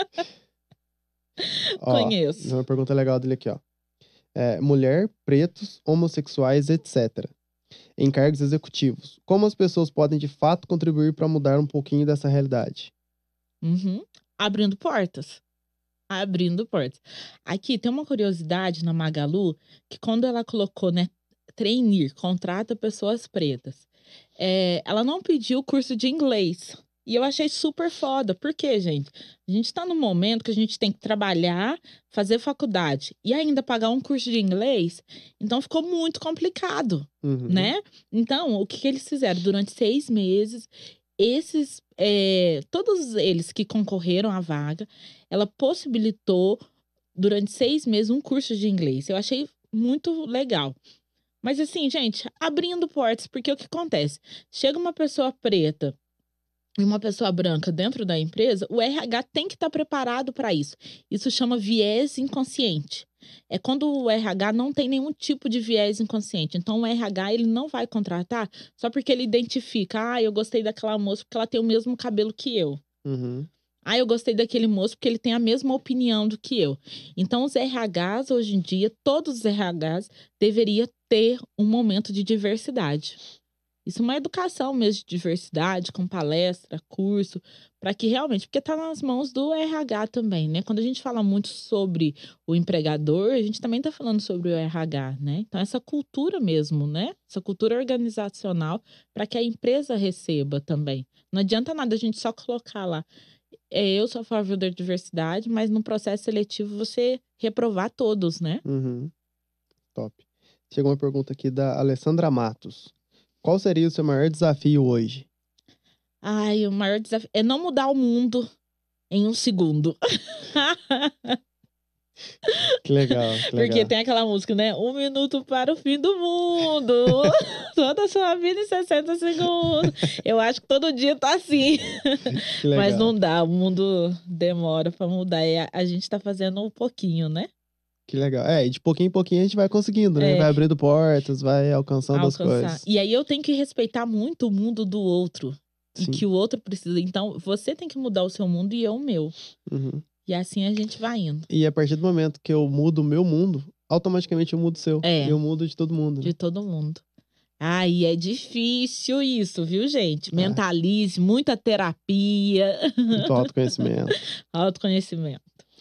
Ó, Conheço. uma pergunta legal dele aqui, ó. É, mulher, pretos, homossexuais, etcétera. Em cargos executivos. Como as pessoas podem, de fato, contribuir para mudar um pouquinho dessa realidade? Uhum. Abrindo portas. Abrindo portas. Aqui tem uma curiosidade na Magalu, que quando ela colocou, né, trainee, contrata pessoas pretas, é, ela não pediu curso de inglês. E eu achei super foda. Por quê, gente? A gente tá num momento que a gente tem que trabalhar, fazer faculdade e ainda pagar um curso de inglês. Então ficou muito complicado, Uhum. né? Então, o que, que eles fizeram? Durante seis meses, esses, é, todos eles que concorreram à vaga, ela possibilitou, durante seis meses, um curso de inglês. Eu achei muito legal. Mas assim, gente, abrindo portas, porque o que acontece? Chega uma pessoa preta e uma pessoa branca dentro da empresa, o R H tem que estar preparado para isso. Isso chama viés inconsciente. É quando o R H não tem nenhum tipo de viés inconsciente. Então, o R H ele não vai contratar só porque ele identifica, ah, eu gostei daquela moça porque ela tem o mesmo cabelo que eu. Uhum. Ah, eu gostei daquele moço porque ele tem a mesma opinião do que eu. Então, os R Hs, hoje em dia, todos os R Hs deveriam ter um momento de diversidade. Isso é uma educação mesmo de diversidade, com palestra, curso, para que realmente, porque está nas mãos do R H também, né? Quando a gente fala muito sobre o empregador, a gente também está falando sobre o R H, né? Então, essa cultura mesmo, né? Essa cultura organizacional para que a empresa receba também. Não adianta nada a gente só colocar lá. É, eu sou a favor da diversidade, mas no processo seletivo você reprovar todos, né? Uhum. Top. Chegou uma pergunta aqui da Alessandra Matos. Qual seria o seu maior desafio hoje? Ai, o maior desafio é não mudar o mundo em um segundo. Que legal, que Porque legal. tem aquela música, né? Um minuto para o fim do mundo. Toda a sua vida em sessenta segundos. Eu acho que todo dia tá assim. Que legal. Mas não dá, o mundo demora pra mudar. É, a gente tá fazendo um pouquinho, né? Que legal. É, e de pouquinho em pouquinho a gente vai conseguindo, né? É. Vai abrindo portas, vai alcançando as Alcançar. coisas. E aí eu tenho que respeitar muito o mundo do outro. E Sim. que o outro precisa. Então, você tem que mudar o seu mundo e eu o meu. Uhum. E assim a gente vai indo. E a partir do momento que eu mudo o meu mundo, automaticamente eu mudo o seu. É. E eu mudo de todo mundo. Né? De todo mundo. Ai, é difícil isso, viu, gente? Mentalize, muita terapia. Muito autoconhecimento. Autoconhecimento.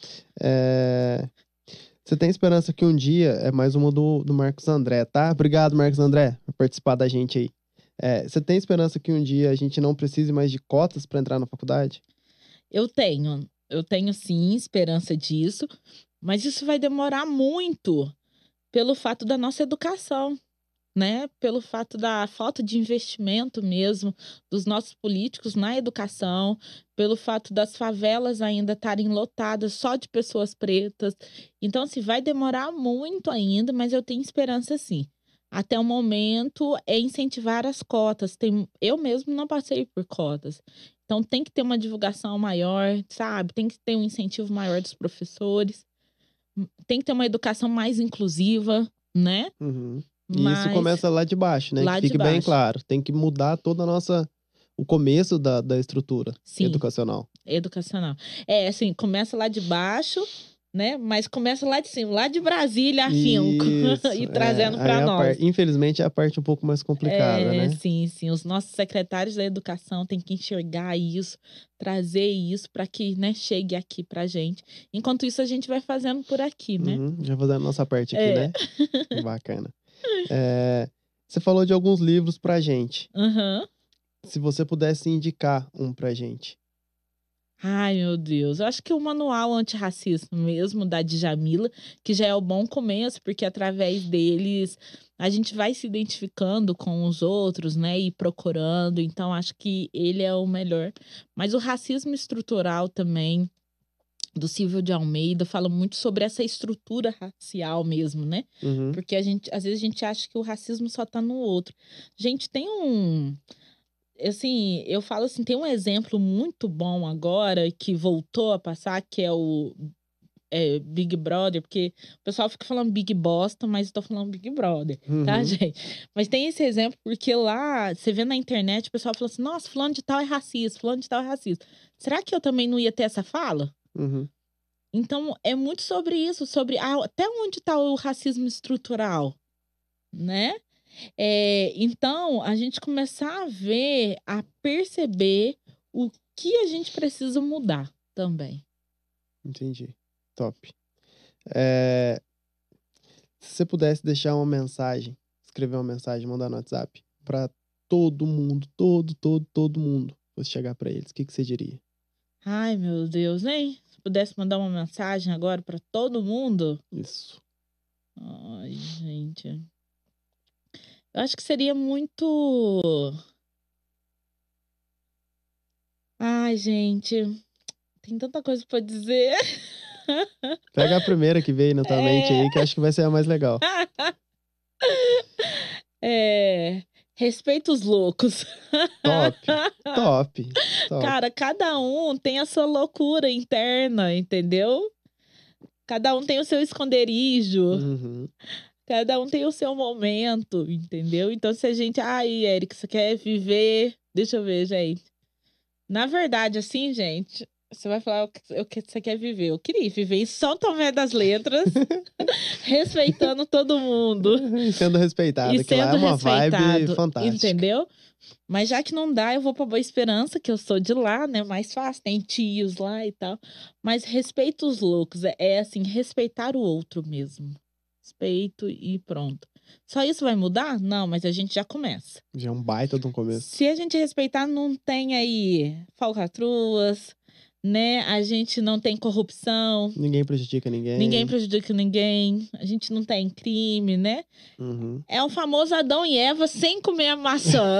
É... Você tem esperança que um dia é mais uma do, do Marcos André, tá? Obrigado, Marcos André, por participar da gente aí. É, você tem esperança que um dia a gente não precise mais de cotas para entrar na faculdade? Eu tenho. Eu tenho, sim, esperança disso. Mas isso vai demorar muito pelo fato da nossa educação, né? Pelo fato da falta de investimento mesmo dos nossos políticos na educação, pelo fato das favelas ainda estarem lotadas só de pessoas pretas. Então, assim, vai demorar muito ainda, mas eu tenho esperança sim. Até o momento é incentivar as cotas. Tem, eu mesmo não passei por cotas. Então, tem que ter uma divulgação maior, sabe? Tem que ter um incentivo maior dos professores. Tem que ter uma educação mais inclusiva, né? Uhum. E Mas isso começa lá de baixo, né? lá Que de fique bem baixo. claro. Tem que mudar toda a nossa... O começo da, da estrutura Sim. educacional. Educacional. É, assim, começa lá de baixo, né? Mas começa lá de cima, lá de Brasília, afinco. Isso, e é. trazendo Aí para a nós. par- Infelizmente é a parte um pouco mais complicada, É, né? sim, sim. Os nossos secretários da educação têm que enxergar isso, trazer isso para que, né, chegue aqui pra gente. Enquanto isso, a gente vai fazendo por aqui, né? Uhum, já fazendo a nossa parte aqui, É. né? Bacana. É, você falou de alguns livros pra gente. Aham. Se você pudesse indicar um pra gente. Ai, meu Deus. Eu acho que o manual antirracismo mesmo, da Djamila, que já é o bom começo, porque através deles a gente vai se identificando com os outros, né? E procurando. Então, acho que ele é o melhor. Mas o racismo estrutural também, do Silvio de Almeida, fala muito sobre essa estrutura racial mesmo, né? Uhum. Porque a gente, às vezes a gente acha que o racismo só tá no outro. Gente, tem um... Assim, eu falo assim, tem um exemplo muito bom agora que voltou a passar, que é o é, Big Brother, porque o pessoal fica falando Big Bosta, mas eu tô falando Big Brother, tá, Uhum. gente? Mas tem esse exemplo porque lá, você vê na internet, o pessoal fala assim, nossa, fulano de tal é racista, fulano de tal é racista. Será que eu também não ia ter essa fala? Uhum. Então, é muito sobre isso, sobre ah, até onde tá o racismo estrutural, né? É, então, a gente começar a ver, a perceber o que a gente precisa mudar também. Entendi. Top. É, se você pudesse deixar uma mensagem, escrever uma mensagem, mandar no WhatsApp pra todo mundo, todo, todo, todo mundo, você chegar pra eles, o que, que você diria? Ai, meu Deus, hein? Se pudesse mandar uma mensagem agora para todo mundo. Isso. Ai, gente. Eu acho que seria muito. Ai, gente. Tem tanta coisa pra dizer. Pega a primeira que veio na tua mente É. aí, que acho que vai ser a mais legal. É. Respeita os loucos. Top, top, top. Cara, cada um tem a sua loucura interna, entendeu? Cada um tem o seu esconderijo. Uhum. Cada um tem o seu momento, entendeu? Então, se a gente... Ai, Eric, você quer viver... Deixa eu ver, gente. Na verdade, assim, gente... Você vai falar o que, o que você quer viver. Eu queria viver em São Tomé das Letras, respeitando todo mundo. E sendo respeitado, E que lá é sendo uma vibe respeitado, fantástica. entendeu? Mas já que não dá, eu vou pra Boa Esperança, que eu sou de lá, né? Mais fácil, tem tios lá e tal. Mas respeito os loucos, é, é assim, respeitar o outro mesmo. Respeito e pronto. Só isso vai mudar? Não, mas a gente já começa. Já é um baita de um começo. Se a gente respeitar, não tem aí falcatruas, né? A gente não tem corrupção. Ninguém prejudica ninguém. Ninguém prejudica ninguém. A gente não tem crime, né? Uhum. É o famoso Adão e Eva sem comer a maçã.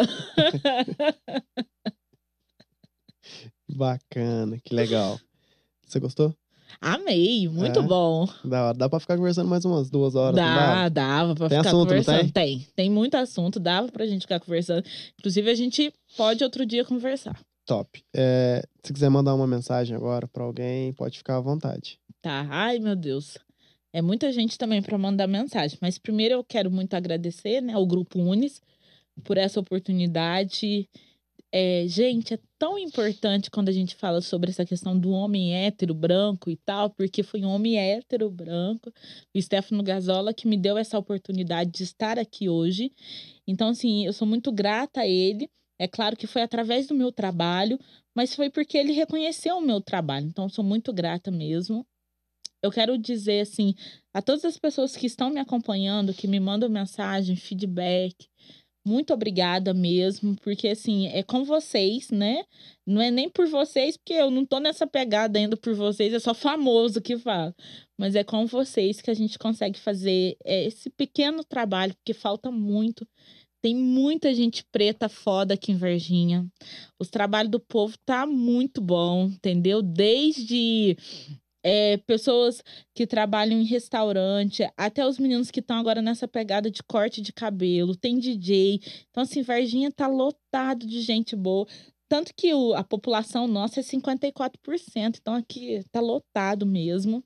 Bacana, que legal. Você gostou? Amei, muito É? bom. Dá, dá pra ficar conversando mais umas duas horas, não Dá, dá? dava pra Tem ficar assunto, não conversando. tem? tem, tem muito assunto, dava pra gente ficar conversando. Inclusive, a gente pode outro dia conversar. Top. É, se quiser mandar uma mensagem agora pra alguém, pode ficar à vontade. Tá, ai meu Deus. É muita gente também pra mandar mensagem. Mas primeiro eu quero muito agradecer, né, ao Grupo Unis por essa oportunidade. É, gente, é tão importante quando a gente fala sobre essa questão do homem hétero, branco e tal, porque foi um homem hétero, branco, o Stefano Gazola, que me deu essa oportunidade de estar aqui hoje. Então, assim, eu sou muito grata a ele. É claro que foi através do meu trabalho, mas foi porque ele reconheceu o meu trabalho. Então, eu sou muito grata mesmo. Eu quero dizer, assim, a todas as pessoas que estão me acompanhando, que me mandam mensagem, feedback, muito obrigada mesmo, porque assim, é com vocês, né? Não é nem por vocês, porque eu não tô nessa pegada ainda por vocês, é só famoso que fala. Mas é com vocês que a gente consegue fazer é, esse pequeno trabalho, porque falta muito. Tem muita gente preta foda aqui em Varginha. Os trabalhos do povo tá muito bom, entendeu? Desde É, pessoas que trabalham em restaurante, até os meninos que estão agora nessa pegada de corte de cabelo, tem D J. Então, assim, Varginha tá lotado de gente boa. Tanto que o, a população nossa é cinquenta e quatro por cento. Então, aqui tá lotado mesmo.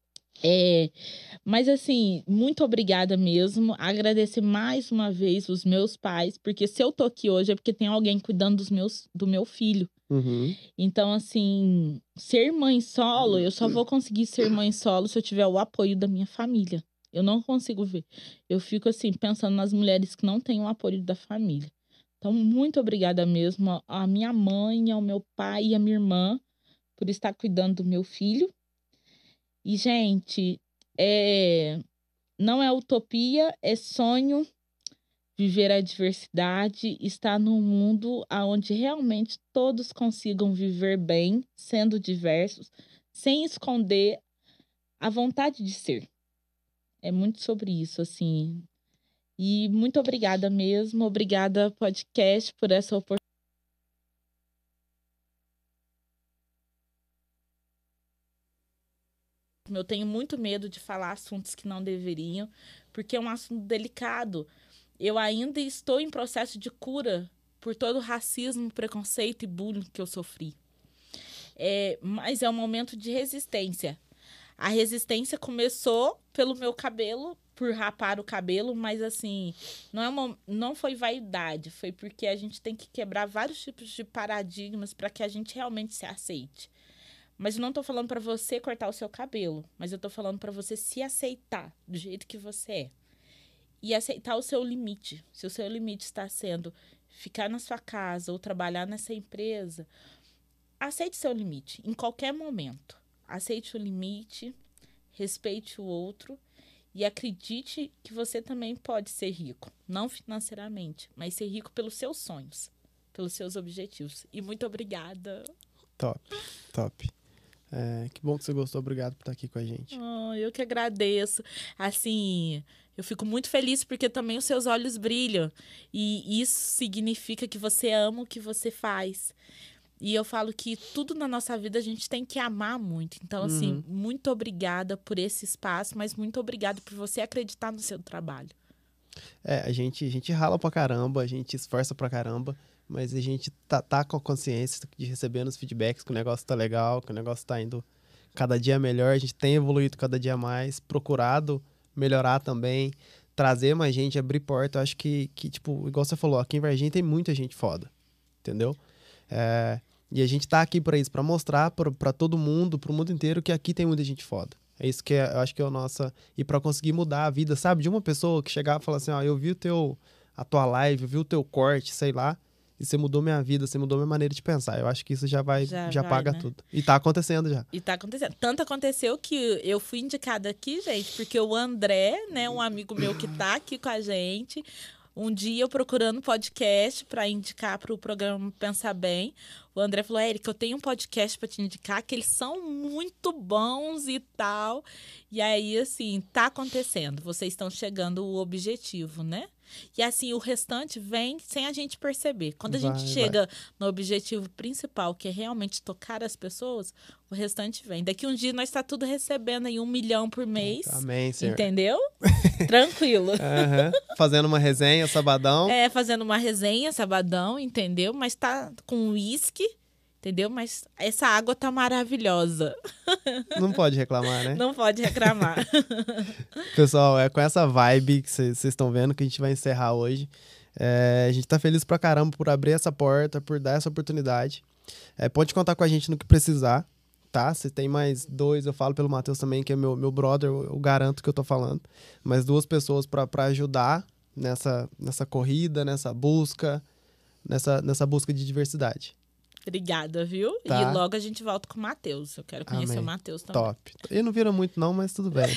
É, mas assim, muito obrigada mesmo. Agradecer mais uma vez os meus pais, porque se eu tô aqui hoje é porque tem alguém cuidando dos meus, do meu filho. Uhum. Então, assim, ser mãe solo, eu só vou conseguir ser mãe solo se eu tiver o apoio da minha família. Eu não consigo ver. Eu fico, assim, pensando nas mulheres que não têm o apoio da família. Então, muito obrigada mesmo à minha mãe, ao meu pai e à minha irmã por estar cuidando do meu filho. E, gente, é... não é utopia, é sonho viver a diversidade, estar num mundo onde realmente todos consigam viver bem, sendo diversos, sem esconder a vontade de ser. É muito sobre isso, assim. E muito obrigada mesmo, obrigada, podcast, por essa oportunidade. Eu tenho muito medo de falar assuntos que não deveriam, porque é um assunto delicado. Eu ainda estou em processo de cura por todo o racismo, preconceito e bullying que eu sofri. É, mas é um momento de resistência. A resistência começou pelo meu cabelo, por rapar o cabelo, mas assim, não, é uma, não foi vaidade, foi porque a gente tem que quebrar vários tipos de paradigmas para que a gente realmente se aceite. Mas eu não tô falando para você cortar o seu cabelo, mas eu tô falando para você se aceitar do jeito que você é. E aceitar o seu limite. Se o seu limite está sendo ficar na sua casa ou trabalhar nessa empresa, aceite seu limite em qualquer momento. Aceite o limite, respeite o outro e acredite que você também pode ser rico. Não financeiramente, mas ser rico pelos seus sonhos, pelos seus objetivos. E muito obrigada. Top, top. É, que bom que você gostou. Obrigado por estar aqui com a gente. Oh, eu que agradeço. Assim, eu fico muito feliz porque também os seus olhos brilham. E isso significa que você ama o que você faz. E eu falo que tudo na nossa vida a gente tem que amar muito. Então, assim, Uhum. muito obrigada por esse espaço, mas muito obrigada por você acreditar no seu trabalho. É, a gente, a gente rala pra caramba, a gente esforça pra caramba, mas a gente tá, tá com a consciência de recebendo os feedbacks que o negócio tá legal, que o negócio tá indo cada dia melhor, a gente tem evoluído cada dia mais, procurado melhorar também, trazer mais gente, abrir porta. Eu acho que, que, tipo, igual você falou, aqui em Varginha tem muita gente foda, entendeu? É, E a gente tá aqui pra isso, pra mostrar pra, pra todo mundo, pro mundo inteiro, que aqui tem muita gente foda. É isso que é, eu acho que é o nosso... E pra conseguir mudar a vida, sabe? De uma pessoa que chegava e falava assim, ó, eu vi o teu, a tua live, eu vi o teu corte, sei lá, e você mudou minha vida, você mudou minha maneira de pensar. Eu acho que isso já vai, já, já vai, paga né? tudo. E tá acontecendo já. E tá acontecendo. Tanto aconteceu que eu fui indicada aqui, gente, porque o André, né, um amigo meu que tá aqui com a gente... Um dia eu procurando podcast para indicar para o programa Pensar Bem, o André falou, Érica, eu tenho um podcast para te indicar que eles são muito bons e tal. E aí, assim, tá acontecendo. Vocês estão chegando ao objetivo, né? E assim, o restante vem sem a gente perceber. Quando a vai, gente chega vai. no objetivo principal, que é realmente tocar as pessoas, o restante vem. Daqui um dia nós tá tudo recebendo aí um milhão por mês. Amém, senhor. Entendeu? Tranquilo. Uhum. Fazendo uma resenha, sabadão. É, fazendo uma resenha, sabadão, entendeu? Mas tá com uísque, entendeu? Mas essa água tá maravilhosa. Não pode reclamar, né? Não pode reclamar. Pessoal, é com essa vibe que vocês estão vendo que a gente vai encerrar hoje. É, a gente tá feliz pra caramba por abrir essa porta, por dar essa oportunidade. É, pode contar com a gente no que precisar, tá? Se tem mais dois, eu falo pelo Matheus também, que é meu, meu brother, eu, eu garanto que eu tô falando. Mais duas pessoas pra, pra ajudar nessa, nessa corrida, nessa busca, nessa, nessa busca de diversidade. Obrigada, viu? Tá. E logo a gente volta com o Matheus. Eu quero conhecer Amém. o Matheus também. Top. Ele não vira muito não, mas tudo bem.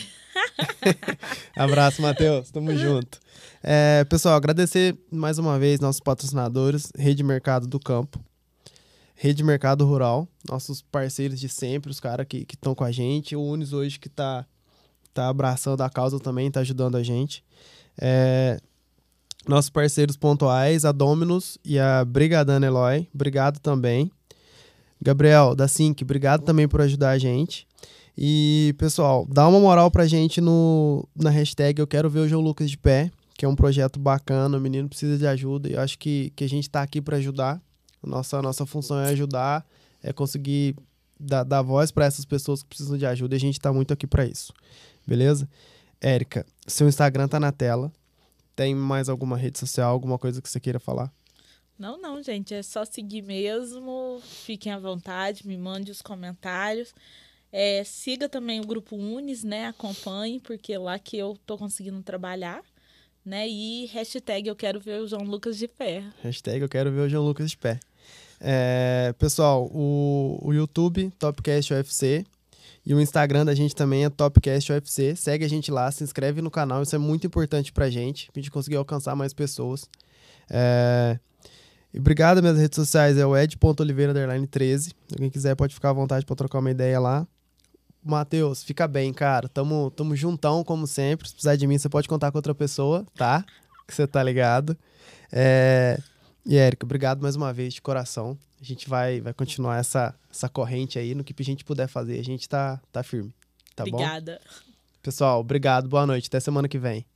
Abraço, Matheus. Tamo junto. É, pessoal, agradecer mais uma vez nossos patrocinadores, Rede Mercado do Campo, Rede Mercado Rural, nossos parceiros de sempre, os caras que estão com a gente. O Unis hoje que tá, tá abraçando a causa também, tá ajudando a gente. É... Nossos parceiros pontuais, a Dominus e a Brigadana Eloy, obrigado também. Gabriel, da Sync, obrigado também por ajudar a gente. E, pessoal, dá uma moral pra gente no, na hashtag Eu Quero Ver o João Lucas de Pé, que é um projeto bacana, o menino precisa de ajuda, e eu acho que, que a gente tá aqui para ajudar. Nossa, nossa função é ajudar, é conseguir dar, dar voz para essas pessoas que precisam de ajuda, e a gente tá muito aqui para isso, beleza? Érica, seu Instagram tá na tela. Tem mais alguma rede social, alguma coisa que você queira falar? Não, não, gente. É só seguir mesmo. Fiquem à vontade, me mande os comentários. É, siga também o Grupo Unis, né? Acompanhe, porque é lá que eu tô conseguindo trabalhar. Né? E hashtag Eu Quero Ver o João Lucas de Pé. Hashtag Eu Quero Ver o João Lucas de Pé. É, pessoal, o, o YouTube, Topcast U F C. E o Instagram da gente também é Topcast U F C. Segue a gente lá, se inscreve no canal. Isso é muito importante pra gente, pra gente conseguir alcançar mais pessoas. É... E obrigado, minhas redes sociais é o ed ponto oliveira underline treze. Se alguém quiser pode ficar à vontade pra trocar uma ideia lá. Matheus, fica bem, cara. Tamo, tamo juntão, como sempre. Se precisar de mim, você pode contar com outra pessoa, tá? Que você tá ligado. É... E, Érica, obrigado mais uma vez, de coração. A gente vai, vai continuar essa, essa corrente aí, no que a gente puder fazer. A gente tá, tá firme, tá Obrigada. bom? Pessoal, obrigado, boa noite. Até semana que vem.